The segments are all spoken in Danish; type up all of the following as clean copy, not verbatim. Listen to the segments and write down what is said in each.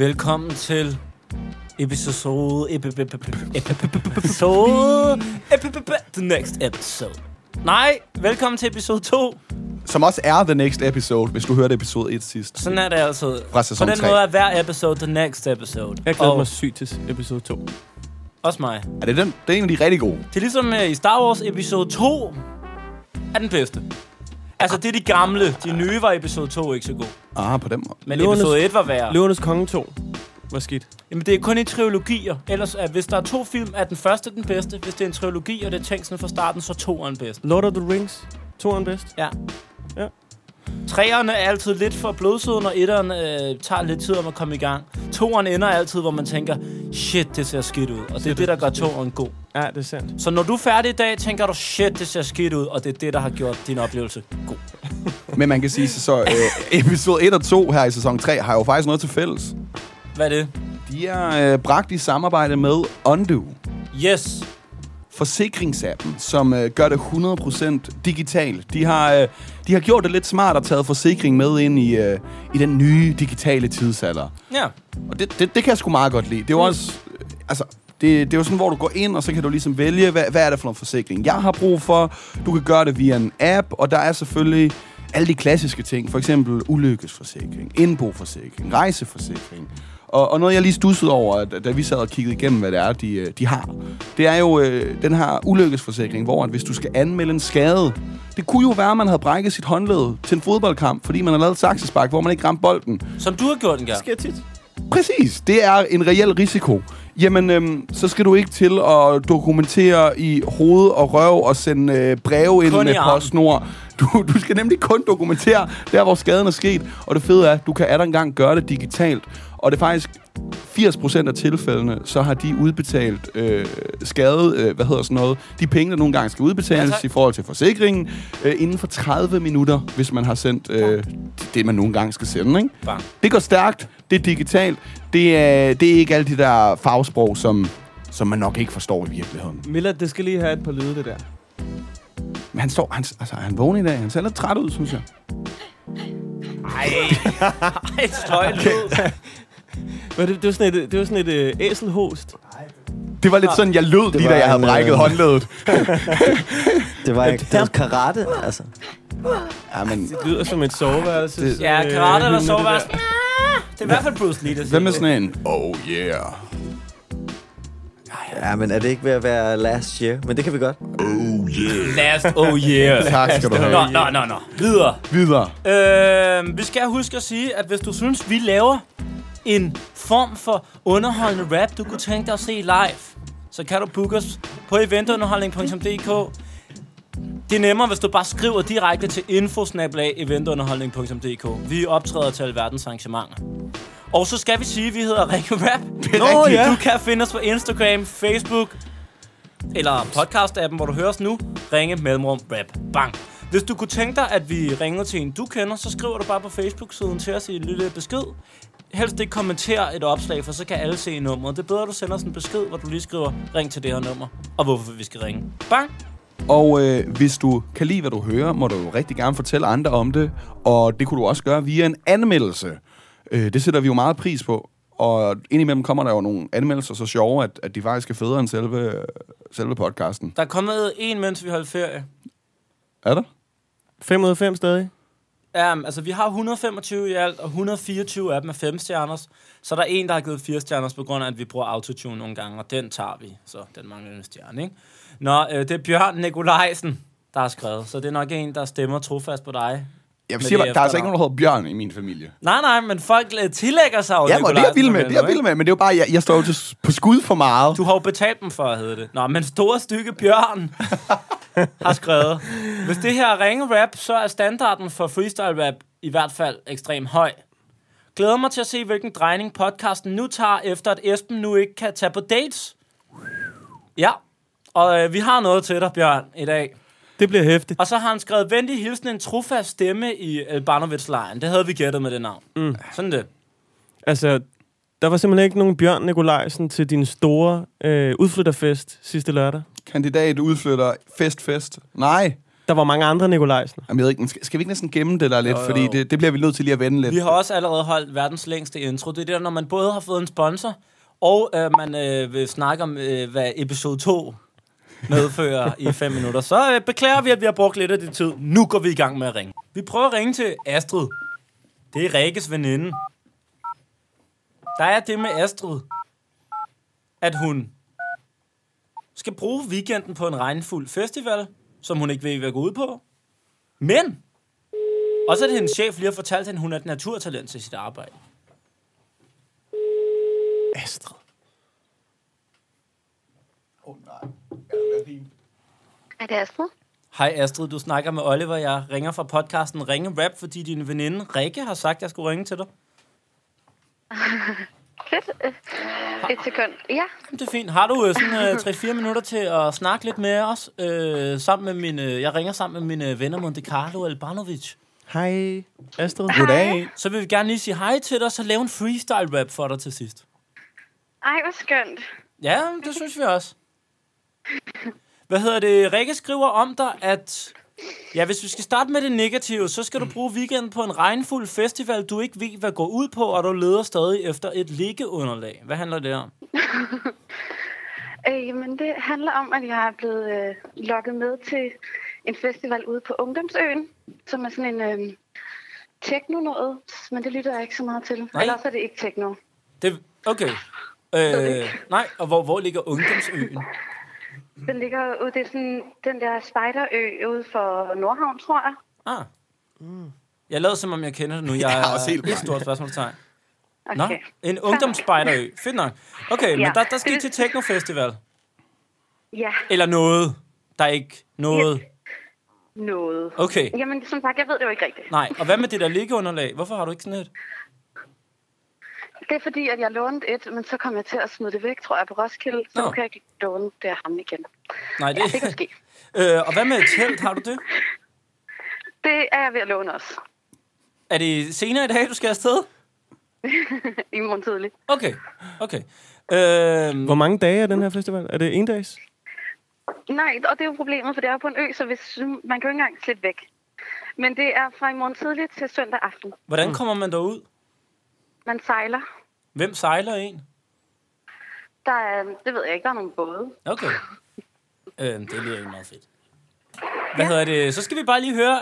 Velkommen til episode... The next episode. Nej, velkommen til episode 2. Som også er the next episode, hvis du hørte episode 1 sidst. Sådan er det altid. Fra sæson 3. På den måde er hver episode the next episode. Jeg glæder mig sygt til episode 2. Også mig. Er det den? Det er en af de rigtig gode. Det er ligesom i Star Wars episode 2 er den bedste. Altså, det er de gamle. De nye var episode 2 ikke så god. På den måde. Men episode 1 var værre. Løvernes Konge 2 var skidt. Jamen, det er kun i trilogier. Ellers, hvis der er 2 film, er den første den bedste. Hvis det er en trilogi, og det er tænkt sådan fra starten, så 2'eren bedst. Lord of the Rings 2'eren bedst. Ja. Ja. 3'erne er altid lidt for blodsøden, og 1'eren tager lidt tid om at komme i gang. 2'eren ender altid, hvor man tænker, shit, det ser skidt ud. Og det er det, der gør 2'eren god. Ja, det er sandt. Så når du er færdig i dag, tænker du, shit, det ser skidt ud. Og det er det, der har gjort din oplevelse god. Men man kan sige, så episode 1 og 2 her i sæson 3 har jo faktisk noget til fælles. Hvad er det? De er bragt i samarbejde med Undo. Yes. Forsikringsappen, som gør det 100% digitalt. De har gjort det lidt smart og taget forsikring med ind i den nye digitale tidsalder. Ja. Og det kan jeg sgu meget godt lide. Det er jo også... Det er jo sådan, hvor du går ind, og så kan du ligesom vælge, hvad er det for en forsikring, jeg har brug for. Du kan gøre det via en app, og der er selvfølgelig alle de klassiske ting. For eksempel ulykkesforsikring, indboforsikring, rejseforsikring. Og noget, jeg lige studsede over, da vi sad og kiggede igennem, hvad det er, de har. Det er jo den her ulykkesforsikring, hvor at hvis du skal anmelde en skade... Det kunne jo være, at man havde brækket sit håndled til en fodboldkamp, fordi man har lavet et saksespark, hvor man ikke ramte bolden. Som du har gjort en gang. Det sker tit. Præcis. Det er en reel risiko. Jamen, så skal du ikke til at dokumentere i hoved og røv og sende breve ind med PostNord. Du skal nemlig kun dokumentere der, hvor skaden er sket. Og det fede er, at du kan engang gøre det digitalt. Og det er faktisk 80% af tilfældene, så har de udbetalt skade, de penge, der nogle gange skal udbetales i forhold til forsikringen, inden for 30 minutter, hvis man har sendt det, man nogle gange skal sende. Ikke? Det går stærkt, det er digitalt, det er ikke alle de der fagsprog, som man nok ikke forstår i virkeligheden. Miller, det skal lige have et par lyde, det der. Men han vågen i dag, han ser lidt træt ud, synes jeg. Ej, støj lyd. Det var sådan et æselhost. Det var lidt sådan, jeg lød lige, da jeg havde brækket håndledet. Det var karate, altså. Ja, men Det lyder som et soveværelse. Ja, karate eller soveværelse. Det er i hvert fald Bruce Lee, der siger. hvem er sådan en? Oh yeah. Ja, men er det ikke ved at være last year? Men det kan vi godt. Last, oh yeah. Tak skal du have. Nå. Videre. Videre. Vi skal huske at sige, at hvis du synes, vi laver en form for underholdende rap, du kunne tænke dig at se live, så kan du booke os på eventunderholdning.dk. Det er nemmere, hvis du bare skriver direkte til info@eventunderholdning.dk. Vi optræder til alverdens arrangementer. Og så skal vi sige, at vi hedder Ringe Rap. Ja. Du kan finde os på Instagram, Facebook eller podcast-appen, hvor du hører os nu. Ringe mellemrum rap. Bang. Hvis du kunne tænke dig, at vi ringer til en, du kender, så skriver du bare på Facebook-siden til os i en lille besked. Helst ikke kommentere et opslag, for så kan alle se nummeret. Det er bedre, at du sender os en besked, hvor du lige skriver, ring til det her nummer, og hvorfor vi skal ringe. Bang! Og hvis du kan lide, hvad du hører, må du jo rigtig gerne fortælle andre om det. Og det kunne du også gøre via en anmeldelse. Det sætter vi jo meget pris på. Og indimellem kommer der jo nogle anmeldelser så sjove, at de faktisk er federe end selve podcasten. Der er kommet en, mens vi holdt ferie. Er der? 5 ud af 5 stadig. Ja, altså vi har 125 i alt, og 124 af dem er 5 stjerners. Så der er en, der har givet 4 stjerners på grund af, at vi bruger autotune nogle gange, og den tager vi. Så den mangler en stjerne, ikke? Nå, det er Bjørn Nikolajsen, der har skrevet. Så det er nok en, der stemmer trofast på dig. Jeg vil sige, der er altså ikke nogen, der hedder Bjørn i min familie. Nej, men folk tillægger sig jo Ja, det er vildt med, men det er jo bare, jeg står jo på skud for meget. Du har jo betalt dem for at hedde det. Nå, men store stykke Bjørn har skrevet. Hvis det her er ringe-rap, så er standarden for freestyle-rap i hvert fald ekstremt høj. Glæder mig til at se, hvilken drejning podcasten nu tager, efter at Esben nu ikke kan tage på dates. Ja, og vi har noget til dig, Bjørn, i dag. Det bliver hæftigt. Og så har han skrevet, venlig hilsen, en trofast stemme i Barnovits-lejren. Det havde vi gættet med det navn. Sådan det. Altså, der var simpelthen ikke nogen Bjørn Nikolajsen til din store udflytterfest sidste lørdag. Kandidat udflytter fest. Nej. Der var mange andre Nikolajsen. Jamen, jeg ved ikke, skal vi ikke næsten gemme det der lidt? Jo. Fordi det bliver vi nødt til lige at vende lidt. Vi har også allerede holdt verdens længste intro. Det er der, når man både har fået en sponsor, og man vil snakke om, hvad episode 2 medfører i 5 minutter. Så beklager vi, at vi har brugt lidt af det tid. Nu går vi i gang med at ringe. Vi prøver at ringe til Astrid. Det er Rikkes veninde. Der er det med Astrid, at hun skal bruge weekenden på en regnfuld festival, som hun ikke ved, hvad gå ud på. Men, og så er det hendes chef lige har fortalt hende, at hun er et naturtalent til sit arbejde. Astrid. Nej. Er det Astrid? Hej Astrid, du snakker med Oliver. Jeg ringer fra podcasten Ringe Rap, fordi din veninde Rikke har sagt, at jeg skulle ringe til dig. Fedt. Et sekund. Ja. Det er fint. Har du sådan 3-4 minutter til at snakke lidt med os? Sammen med jeg ringer sammen med mine venner Monte Carlo Albanovic. Hej, Astrid. Goddag. Så vil vi gerne lige sige hej til dig, så lave en freestyle rap for dig til sidst. Ej, hvor skønt. Ja, det synes vi også. Hvad hedder det? Rikke skriver om dig, at ja, hvis vi skal starte med det negative, så skal du bruge weekenden på en regnfuld festival, du ikke ved, hvad går ud på, og du leder stadig efter et liggeunderlag. Hvad handler det om? Jamen, det handler om, at jeg er blevet lokket med til en festival ude på Ungdomsøen, som er sådan en techno-noget, men det lytter jeg ikke så meget til. Nej. Eller også er det ikke techno. Okay. Nej, og hvor ligger Ungdomsøen? Den ligger ude, det er sådan den der Spiderø ude for Nordhavn, tror jeg. Ah. Jeg lader som om jeg kender det nu. Jeg er også helt et stort spørgsmålstegn. Okay. Nå, en ungdomsspejderø. Fedt nok. Okay, men der skal I til Technofestival. Ja. Eller noget. Der er ikke noget. Ja. Noget. Okay. Jamen, som sagt, jeg ved det jo ikke rigtigt. Nej, og hvad med det der liggeunderlag? Hvorfor har du ikke sådan et? Det er fordi, at jeg lånte et, men så kom jeg til at smide det væk, tror jeg, på Roskilde. Så kan jeg ikke låne det af ham igen. Nej, det, ja, det kan ske. Og hvad med et telt? Har du det? Det er jeg ved at låne også. Er det senere i dag, du skal afsted? I morgen tidligt. Okay. Hvor mange dage er den her festival? Er det en dags? Nej, og det er jo problemet, for det er jo på en ø, så hvis, man kan jo ikke engang slippe væk. Men det er fra i morgen tidligt til søndag aften. Hvordan kommer man derud? Man sejler. Hvem sejler en? Der er, det ved jeg ikke, der er nogle både. Okay. Det lyder ikke meget fedt. Hvad hedder det? Så skal vi bare lige høre...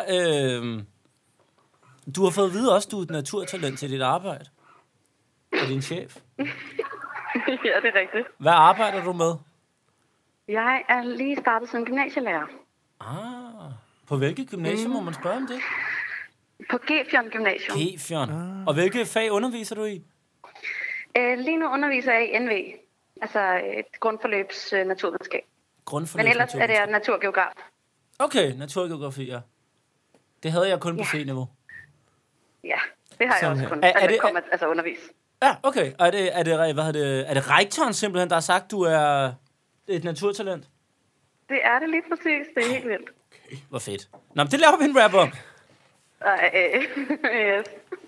du har fået at vide også, at du er et naturtalent til dit arbejde. Og din chef. Ja, det er rigtigt. Hvad arbejder du med? Jeg er lige startet som gymnasielærer. På hvilket gymnasium må man spørge om det? På Gefjon Gymnasium. Gefjon. Og hvilke fag underviser du i? Lige nu underviser jeg i NV. Altså et grundforløbs naturvidenskab. Men ellers er det naturgeograf. Okay, naturgeografi, ja. Det havde jeg kun på C-niveau. Ja, det har jeg også kun. Altså undervise. Ja, okay. Er det rektoren simpelthen, der har sagt, du er et naturtalent? Det er det lige præcis. Det er helt vildt. Okay, hvor fedt. Nå, men det laver vi en rap om. Yes.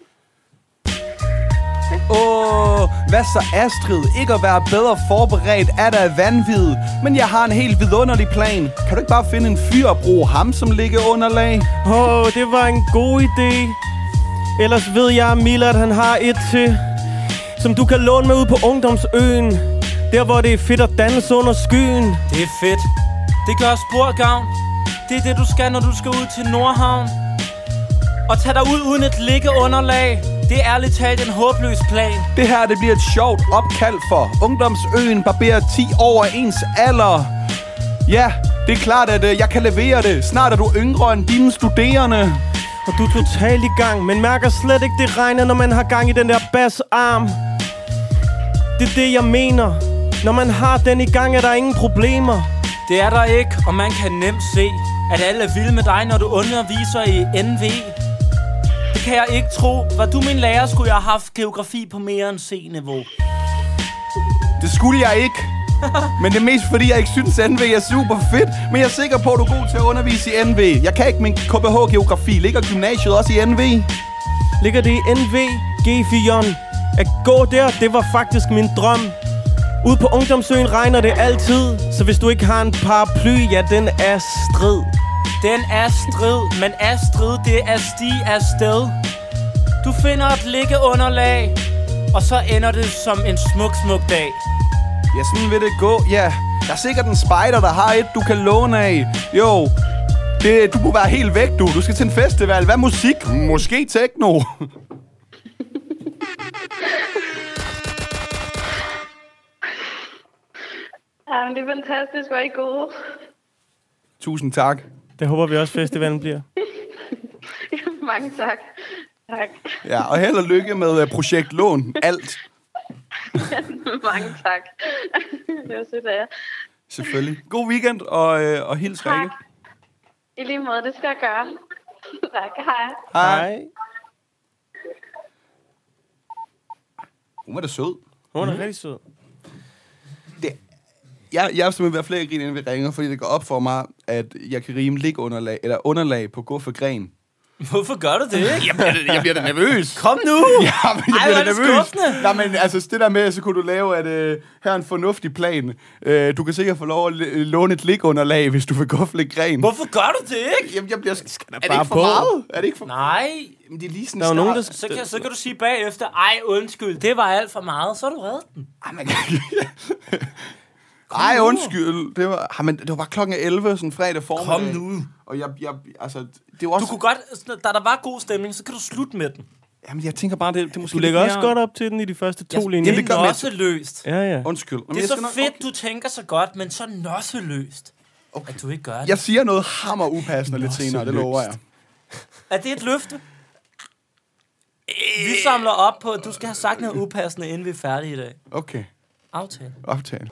Hvad så Astrid? Ikke at være bedre forberedt er der vanvid. Men jeg har en helt vidunderlig plan. Kan du ikke bare finde en fyr og bruge ham som liggeunderlag? Det var en god idé. Ellers ved jeg, Mila, at han har et til, som du kan låne med ud på Ungdomsøen. Der, hvor det er fedt at danse under skyen. Det er fedt. Det gør sporgavn. Det er det, du skal, når du skal ud til Nordhavn. Og tage dig ud uden et liggeunderlag. Det er ærligt talt en håbløs plan. Det her, det bliver et sjovt opkald for Ungdomsøen barberer 10 over ens alder. Ja, det er klart, at jeg kan levere det. Snart er du yngre end dine studerende. Og du er totalt i gang, men mærker slet ikke det regner, når man har gang i den der bassarm. Det er det, jeg mener. Når man har den i gang, er der ingen problemer. Det er der ikke, og man kan nemt se, at alle er vilde med dig, når du underviser i NV. Det kan jeg ikke tro. Var du min lærer, skulle jeg have haft geografi på mere end C-niveau. Det skulle jeg ikke. Men det er mest fordi, jeg ikke synes, at NV er super fedt. Men jeg er sikker på, at du er god til at undervise i NV. Jeg kan ikke min KBH-geografi. Ligger gymnasiet også i NV? Ligger det i NV, Gefjon? At gå der, det var faktisk min drøm. Ude på Ungdomsøen regner det altid. Så hvis du ikke har en paraply, ja, den er strid. Den er strid, men Astrid, det er sti afsted. Du finder et liggeunderlag, og så ender det som en smuk, smuk dag. Ja, sådan vil det gå. Ja, der er sikkert en spider, der har et, du kan låne af. Jo, du må være helt væk, du. Du skal til en festival. Hvad musik? Måske techno. Ja, men det er fantastisk, hvor I er gode. Tusind tak. Det håber vi også, festivalen bliver. Mange tak. Tak. Ja, og held og lykke med projekt Lån. Alt. Mange tak. Det var sødt af jer. Selvfølgelig. God weekend, og hils Rikke. Tak. I lige måde, det skal jeg gøre. Tak, hej. Hej. Hun var da sød. Hun er rigtig sød. Jeg har simpelthen været flere griner, inden vi ringer, fordi det går op for mig, at jeg kan rime liggeunderlag, eller underlag på Guffe Gren. Hvorfor gør du det, ikke? Jeg bliver da nervøs. Kom nu! Ja, men jeg bliver da nervøs. Skuffende. Nej, men altså, det der med, så kunne du lave, at her er en fornuftig plan. Du kan sikkert få lov at låne et ligunderlag, hvis du vil Guffe Gren. Hvorfor gør du det, ikke? Jamen, jeg bliver... Er det bare ikke for på? meget? Er det ikke for... Nej. Men det er lige sådan Der er jo nogen, der... Så kan du sige bagefter, ej, undskyld, det var alt for meget, så er du reddet den. Ej, undskyld. Det var bare klokken 11, sådan fredag formiddag. Kom nu. Og altså, det var også... Du kunne godt, da der var god stemning, så kan du slutte med den. Jamen, jeg tænker bare, det måske... Du lægger også godt op til den i de første 2 linjer. Det er nosseløst. Ja. Undskyld. Det er så fedt, du tænker så godt, men så nosseløst, at du ikke gør det. Jeg siger noget hammer upassende lidt senere, det lover jeg. Er det et løfte? Vi samler op på, at du skal have sagt noget upassende, inden vi er færdige i dag. Okay. Aftale. Optale.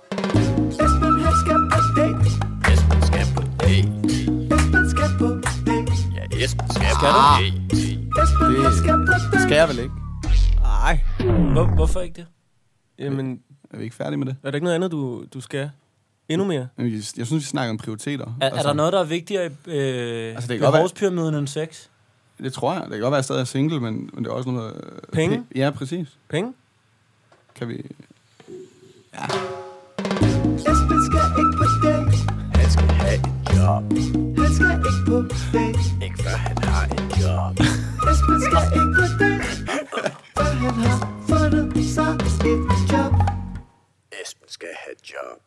Det skal jeg vel ikke? Nej. Hvorfor ikke det? Jamen, Er vi ikke færdige med det? er der ikke noget andet, du skal? Endnu mere? Jeg synes, vi snakker om prioriteter. Er der noget, der er vigtigere i det kan godt være- behovspyramiden end sex? Det tror jeg. Det kan godt være, at jeg stadig er single, men det er også noget... Penge? Ja, præcis. Penge? Kan vi... Ja. Esben skal ikke på date. Han skal have et job. Han skal ikke på date. Ikke før han har et job. Esben skal ikke på date. Før han har fundet sig et job. Esben skal have et job.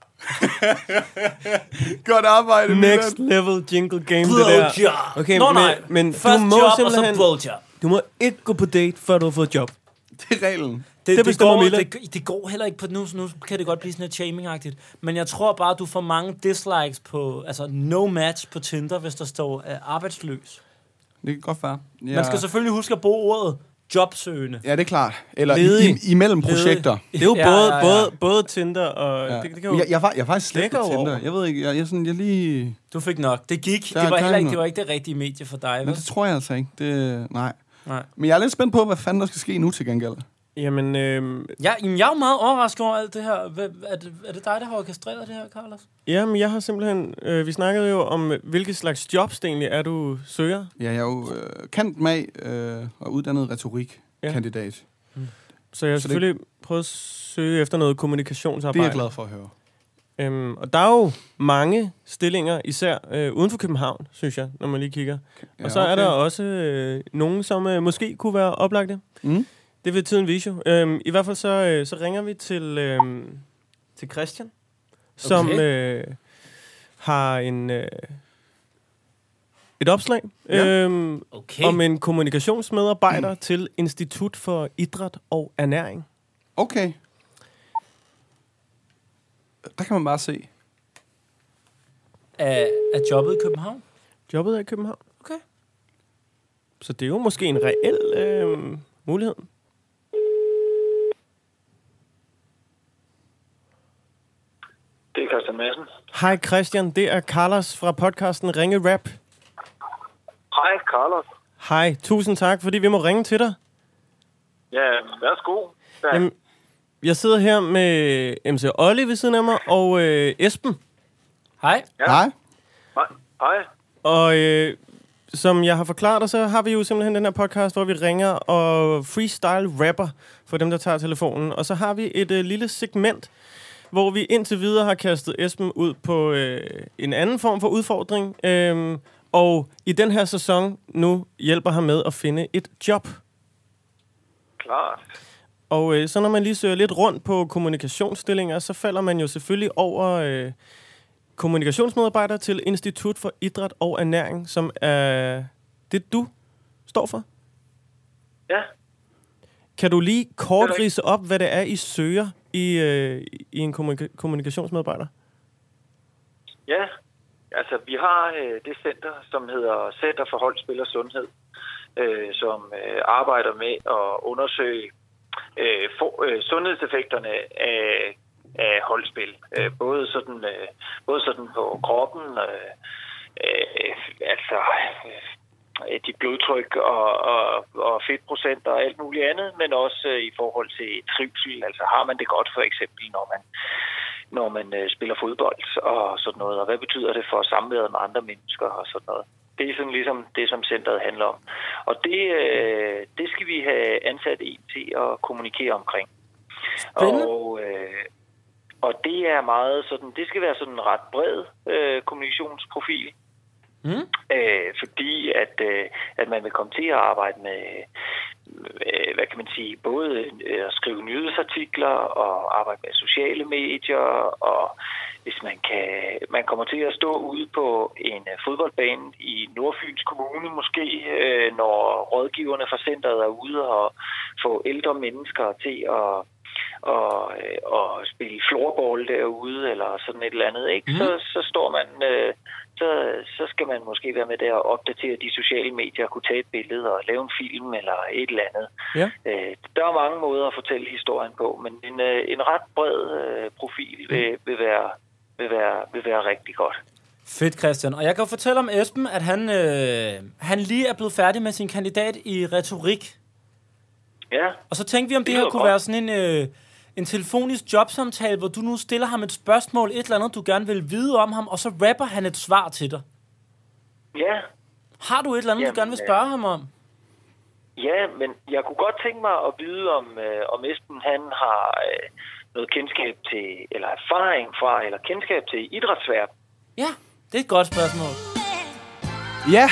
Godt arbejde, Next level jingle game, det der. Blowjob. Okay, nej. men Først du må job, og så simpelthen... blowjob. Du må ikke gå på date, før du har fået job. Det er reglen. Det bestemmer Mille. Det går heller ikke på nu kan det godt blive sådan lidt shaming-agtigt. Men jeg tror bare, du får mange dislikes på, altså no match på Tinder, hvis der står arbejdsløs. Det kan godt være. Ja. Man skal selvfølgelig huske at bruge ordet jobsøgende. Ja, det er klart. Eller Ledig. imellem projekter. Det er jo Ja. både Tinder og... Ja. Det kan jo... Jeg var faktisk slet Lækker på Tinder. over. Jeg ved ikke, jeg lige... Du fik nok. Det gik. Der Det var er heller ikke, noget. det var ikke det rigtige medie for dig, Men vel? det tror jeg altså ikke. Nej. Nej. Men jeg er lidt spændt på, hvad fanden der skal ske nu til gengæld. Jamen, Jeg er jo meget overrasket over alt det her. Er det dig, der har orkestreret det her, Carlos? jamen, jeg har simpelthen... vi snakkede jo om, hvilke slags jobs det egentlig er, du søger. Ja, jeg er jo kant mag og uddannet retorik-kandidat. Så jeg har Så selvfølgelig prøvet at søge efter noget Det kommunikationsarbejde. er jeg glad for at høre. Og der er jo mange stillinger, især uden for København, synes jeg, når man lige kigger. Ja, Og så er der også nogen, som måske kunne være oplagte. Mm. Det vil tiden vise jo. I hvert fald så ringer vi til Christian, som har et opslag Okay. om en kommunikationsmedarbejder til Institut for Idræt og Ernæring. Okay. Der kan man bare se. Er jobbet i København? Jobbet er i København. Okay. Så det er jo måske en reel mulighed. Det er Christian Madsen. Hej Christian, det er Carlos fra podcasten Ringe Rap. Hej, Carlos. Hej, tusind tak, fordi vi må ringe til dig. Ja, værsgo. Ja. Jamen, jeg sidder her med MC Olli ved siden af mig, og Esben. Hej. Ja. Hej. Hej. Og som jeg har forklaret dig, så har vi jo simpelthen den her podcast, hvor vi ringer og freestyle rapper for dem, der tager telefonen. Og så har vi et lille segment, hvor vi indtil videre har kastet Esben ud på en anden form for udfordring. Og i den her sæson nu hjælper han med at finde et job. Klart. Og så når man lige søger lidt rundt på kommunikationsstillinger, så falder man jo selvfølgelig over kommunikationsmedarbejder til Institut for Idræt og Ernæring, som er det, du står for. Ja. Kan du lige kort ridse op, hvad det er, I søger i en kommunikationsmedarbejder? Ja, altså vi har det center, som hedder Center for Hold, Spil og Sundhed, som arbejder med at undersøge sundhedseffekterne af holdspil. Både sådan på kroppen, altså dit blodtryk og fedtprocent og alt muligt andet, men også i forhold til trivsel. Altså har man det godt for eksempel, når man spiller fodbold og sådan noget, og hvad betyder det for samværet med andre mennesker og sådan noget. Det er sådan ligesom det, som centret handler om. Og det skal vi have ansat en til at kommunikere omkring. Og det er meget sådan, det skal være sådan en ret bred kommunikationsprofil. Fordi at man vil komme til at arbejde med, hvad kan man sige, både at skrive nyhedsartikler og arbejde med sociale medier, og hvis man kommer til at stå ude på en fodboldbane i Nordfyns Kommune måske, når rådgiverne fra centret er ude og få ældre mennesker til at spille floorball derude eller sådan et eller andet, ikke? Så står man så skal man måske være med der og opdatere de sociale medier, kunne tage et billede og lave en film eller et eller andet. Ja. Der er mange måder at fortælle historien på, men en ret bred profil vil være rigtig godt. Fedt, Christian. Og jeg kan jo fortælle om Esben, at han lige er blevet færdig med sin kandidat i retorik. Ja. Og så tænkte vi, om det her kunne være sådan en telefonisk jobsamtale, hvor du nu stiller ham et spørgsmål, et eller andet, du gerne vil vide om ham, og så rapper han et svar til dig. Ja. Har du et eller andet, du gerne vil spørge ham om? Ja, men jeg kunne godt tænke mig at vide, om Esben han har noget kendskab til, eller erfaring fra, eller kendskab til idrætsverdenen. Ja, det er et godt spørgsmål. Ja.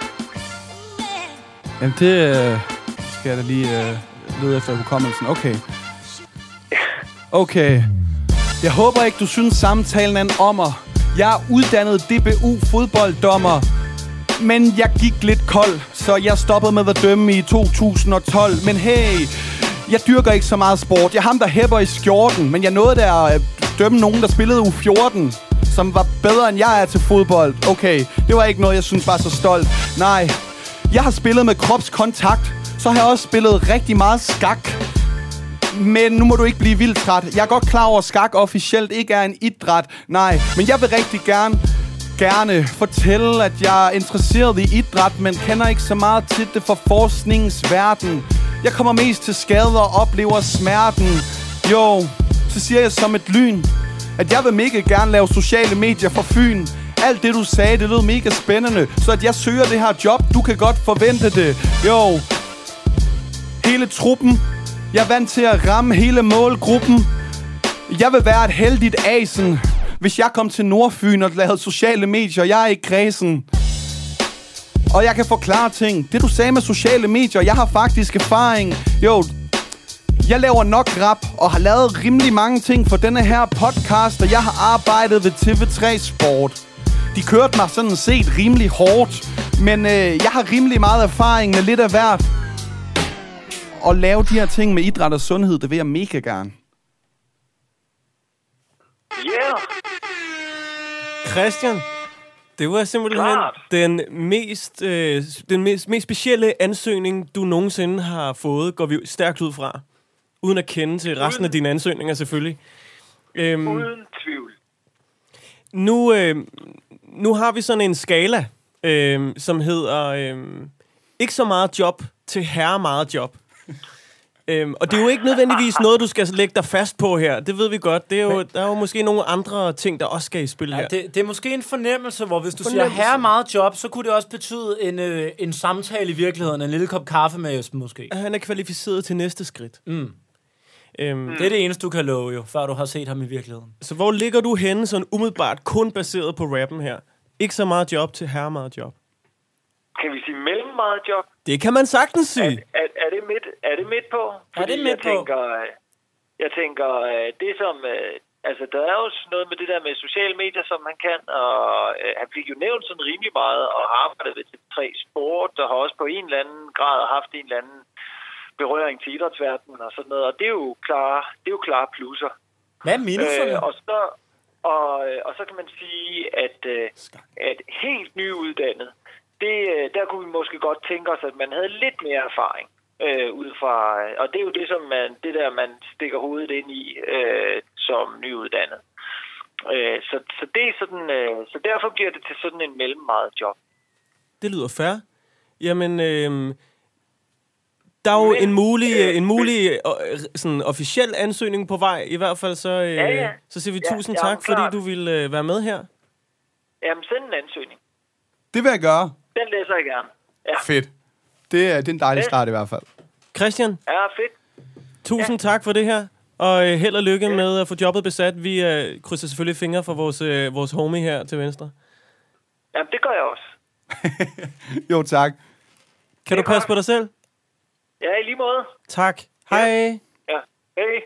Jamen det skal jeg da lige lede efter hukommelsen. Okay. Jeg håber ikke, du synes samtalen er en ommer. Jeg er uddannet DBU-fodbolddommer. Men jeg gik lidt kold, så jeg stoppede med at dømme i 2012. Men hey, jeg dyrker ikke så meget sport. Jeg er ham, der hæpper i skjorten. Men jeg nåede der at dømme nogen, der spillede U14, som var bedre end jeg er til fodbold. Okay, det var ikke noget, jeg synes var så stolt. Nej, jeg har spillet med kropskontakt. Så har jeg også spillet rigtig meget skak. Men nu må du ikke blive vildt træt. Jeg er godt klar over, at skak officielt ikke er en idræt. Nej, men jeg vil rigtig gerne fortælle, at jeg er interesseret i idræt, men kender ikke så meget til det for forskningens verden. Jeg kommer mest til skade og oplever smerten. Jo, så siger jeg som et lyn, at jeg vil mega gerne lave sociale medier for Fyn. Alt det du sagde, det lød mega spændende, så at jeg søger det her job, du kan godt forvente det. Jo, hele truppen, jeg er vant til at ramme hele målgruppen. Jeg vil være et heldigt asen, hvis jeg kom til Nordfyn og lavede sociale medier. Jeg er ikke kredsen. Og jeg kan forklare ting. Det du sagde med sociale medier, jeg har faktisk erfaring. Jo, jeg laver nok rap og har lavet rimelig mange ting for denne her podcast, og jeg har arbejdet ved TV3 Sport. De kørte mig sådan set rimelig hårdt, men jeg har rimelig meget erfaring med lidt af hvert. Og lave de her ting med idræt og sundhed, det vil jeg mega gerne. Yeah. Christian, det var simpelthen den mest specielle ansøgning, du nogensinde har fået, går vi stærkt ud fra. Uden at kende til resten af dine ansøgninger, selvfølgelig. Uden tvivl. Nu har vi sådan en skala, som hedder ikke så meget job til herre meget job. Og det er jo ikke nødvendigvis noget, du skal lægge dig fast på her. Det ved vi godt. Det er jo, der er jo måske nogle andre ting, der også skal i spil her. Det er måske en fornemmelse, hvor hvis du siger herre meget job, så kunne det også betyde en samtale i virkeligheden. En lille kop kaffe med Esben måske. Han er kvalificeret til næste skridt. Det er det eneste, du kan love jo, før du har set ham i virkeligheden. Så hvor ligger du henne sådan umiddelbart kun baseret på rappen her? Ikke så meget job til herre meget job. kan vi sige mellemmeget job? Det kan man sagtens sige. Er det midt på? Er det midt på? Jeg tænker, det som... Altså, der er jo noget med det der med sociale medier, som man kan, og han fik jo nævnt sådan rimelig meget, og har arbejdet ved TV3 Sport, og har også på en eller anden grad haft en eller anden berøring til idrætsverdenen og sådan noget, og det er jo klare plusser. Hvad er minuserne? Og så kan man sige, at helt nyuddannet, der kunne vi måske godt tænke os, at man havde lidt mere erfaring. Ud fra, og det er jo det, som man stikker hovedet ind i som nyuddannet. Så det er sådan, så derfor bliver det til sådan en mellemmeget job. Det lyder fair. Jamen, der er jo en mulig sådan officiel ansøgning på vej. I hvert fald så siger vi tusind tak, fordi du ville være med her. Jamen, send en ansøgning. Det vil jeg gøre. Den læser jeg gerne. Ja. Fedt. Det er en dejlig start i hvert fald. Christian? Ja, fedt. Tusind tak for det her, og held og lykke med at få jobbet besat. Vi krydser selvfølgelig fingre for vores homie her til venstre. Jamen, det gør jeg også. Jo, tak. Kan du passe på dig selv? Ja, i lige måde. Tak. Hej. Ja, hej.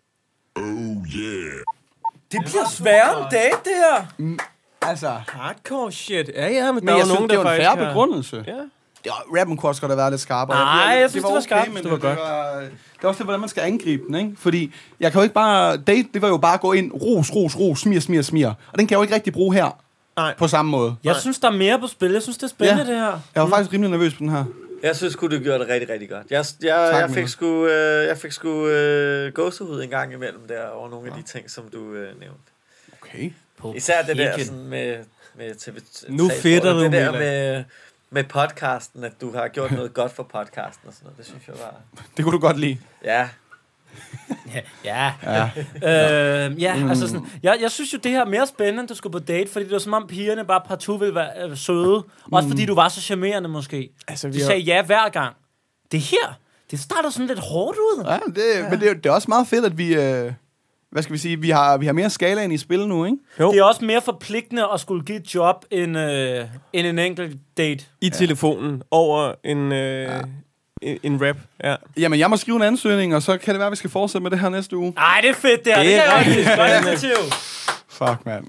Det bliver sværere en date, det her. Altså, Hardcore shit. Ja, men men der er jeg jo synes, nogen, det der var en faktisk fair begrundelse. Ja. Ja, rappen kunne også godt have været lidt skarpere. Nej, jeg synes, det var skarpt. Men Det var godt. det er også det, hvordan man skal angribe den, ikke? Fordi jeg kan jo ikke bare... Date, det var jo bare at gå ind, ros, smir. Og den kan jeg jo ikke rigtig bruge her. Nej. På samme måde. Jeg synes, der er mere på spil. Jeg synes, det er spændende, det her. Jeg var faktisk rimelig nervøs på den her. Jeg synes sgu, du gjorde det rigtig, rigtig godt. Jeg fik sgu gåsehud en gang imellem der over nogle af de ting, som du nævnte. Okay. Især det der sådan med TV3. Nu fedter du, det der med podcasten, at du har gjort noget godt for podcasten og sådan noget. Det synes jeg var... Det kunne du godt lide. Ja. Ja. Altså sådan, jeg synes jo, det her er mere spændende, end du skulle på date, fordi det var som om pigerne bare partout ville være søde. Også fordi du var så charmerende måske. Altså, De sagde ja hver gang. Det her, det starter sådan lidt hårdt ud. Ja, men det er også meget fedt, at vi... hvad skal vi sige? Vi har mere skalaen i spil nu, ikke? Jo. Det er også mere forpligtende at skulle give et job end en enkelt date. I telefonen over en rap. Ja. Jamen, jeg må skrive en ansøgning, og så kan det være, at vi skal fortsætte med det her næste uge. Ej, det er fedt, det her. Det er rigtigt. Godt initiativ. Fuck, mand.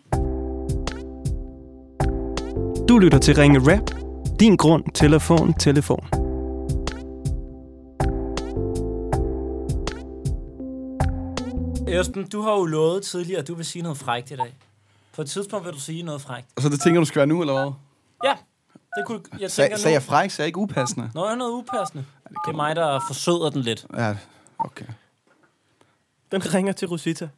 Du lytter til Ringe Rap. Din grund til at få en telefon. Esben, du har jo lovet tidligere, at du vil sige noget frækt i dag. På et tidspunkt vil du sige noget frækt. Og så det tænker du skal være nu, eller hvad? Ja, det kunne jeg tænker nu. Sagde jeg fræk, så er jeg ikke upassende? Nå, jeg er noget upassende. Det er mig, der forsøder den lidt. Ja, okay. Den ringer til Rosita.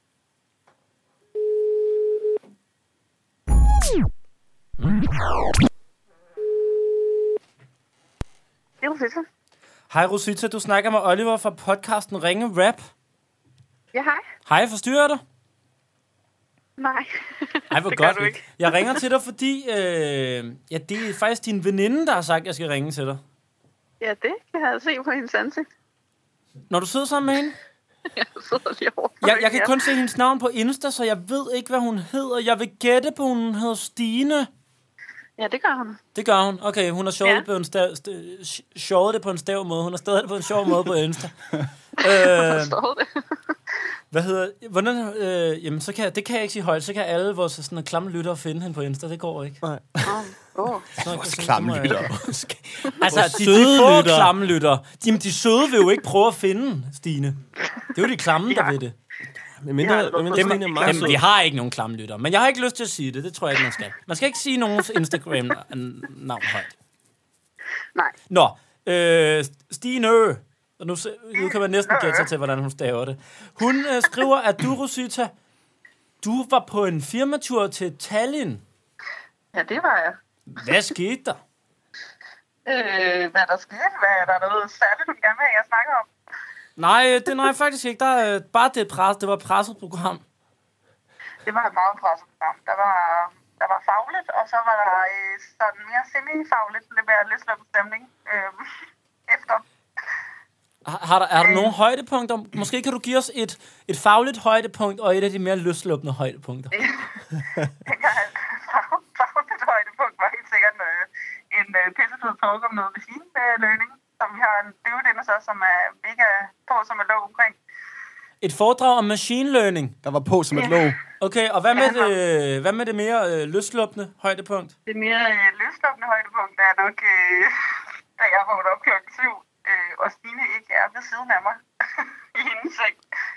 Det er Rosita. Hej Rosita, du snakker med Oliver fra podcasten Ringe Rap. Ja, hej. Hej, forstyrrer jeg dig? Nej. Ej, hvor det godt. gør du ikke. Jeg ringer til dig, fordi det er faktisk din veninde, der har sagt, at jeg skal ringe til dig. Ja, det kan jeg se på hendes ansigt. Når du sidder sammen med hende? Jeg sidder lige over. Jeg kan kun se hendes navn på Insta, så jeg ved ikke, hvad hun hedder. Jeg vil gætte på, hun hedder Stine. Ja, det gør hun. Det gør hun. Okay, hun har sjovt det på en sjovt det på en stav måde. Hun har stadig det på en sjov måde på Insta. Forstår det. Hvad hedder... Hvordan... jamen, så kan det kan jeg ikke sige højt. Så kan alle vores sådan klamme lyttere finde hende på Insta. Det går ikke. Nej. Vores klamme lyttere. Altså, de få klamme lyttere. Jamen, de søde vil jo ikke prøve at finde Stine. Det er jo de klamme, der ved det. Men Stine er meget sød. Vi har ikke nogen klamme lyttere. Men jeg har ikke lyst til at sige det. Det tror jeg ikke, man skal. Man skal ikke sige nogens Instagram-navn højt. Nej. Nå, Stine. Og nu kan man næsten gætte sig til, hvordan hun staver det. Hun skriver, at du, Rosita, du var på en firmatur til Tallinn. Ja, det var jeg. Hvad skete der? Hvad der skete? Hvad er der noget særligt, du gerne vil have, jeg snakker om? Nej, faktisk ikke. Bare det var et presset program. Det var et meget presset program. Der var fagligt, og så var der sådan mere semi-fagligt, lidt mere løsluppen stemning efter. Har der nogle højdepunkter? Måske kan du give os et fagligt højdepunkt og et af de mere løsluppende højdepunkter. Fagligt højdepunkt var helt sikkert en pissefed talk om noget machine learning, som vi har en dude inde hos os, som er mega på, som er lov omkring. Et foredrag om machine learning? Der var på som et låg. Okay, og hvad med det mere løsluppende højdepunkt? Det mere løsluppende højdepunkt er nok, da jeg vågnede op klokken 7, og Stine ikke er ved siden af mig i hendes seng.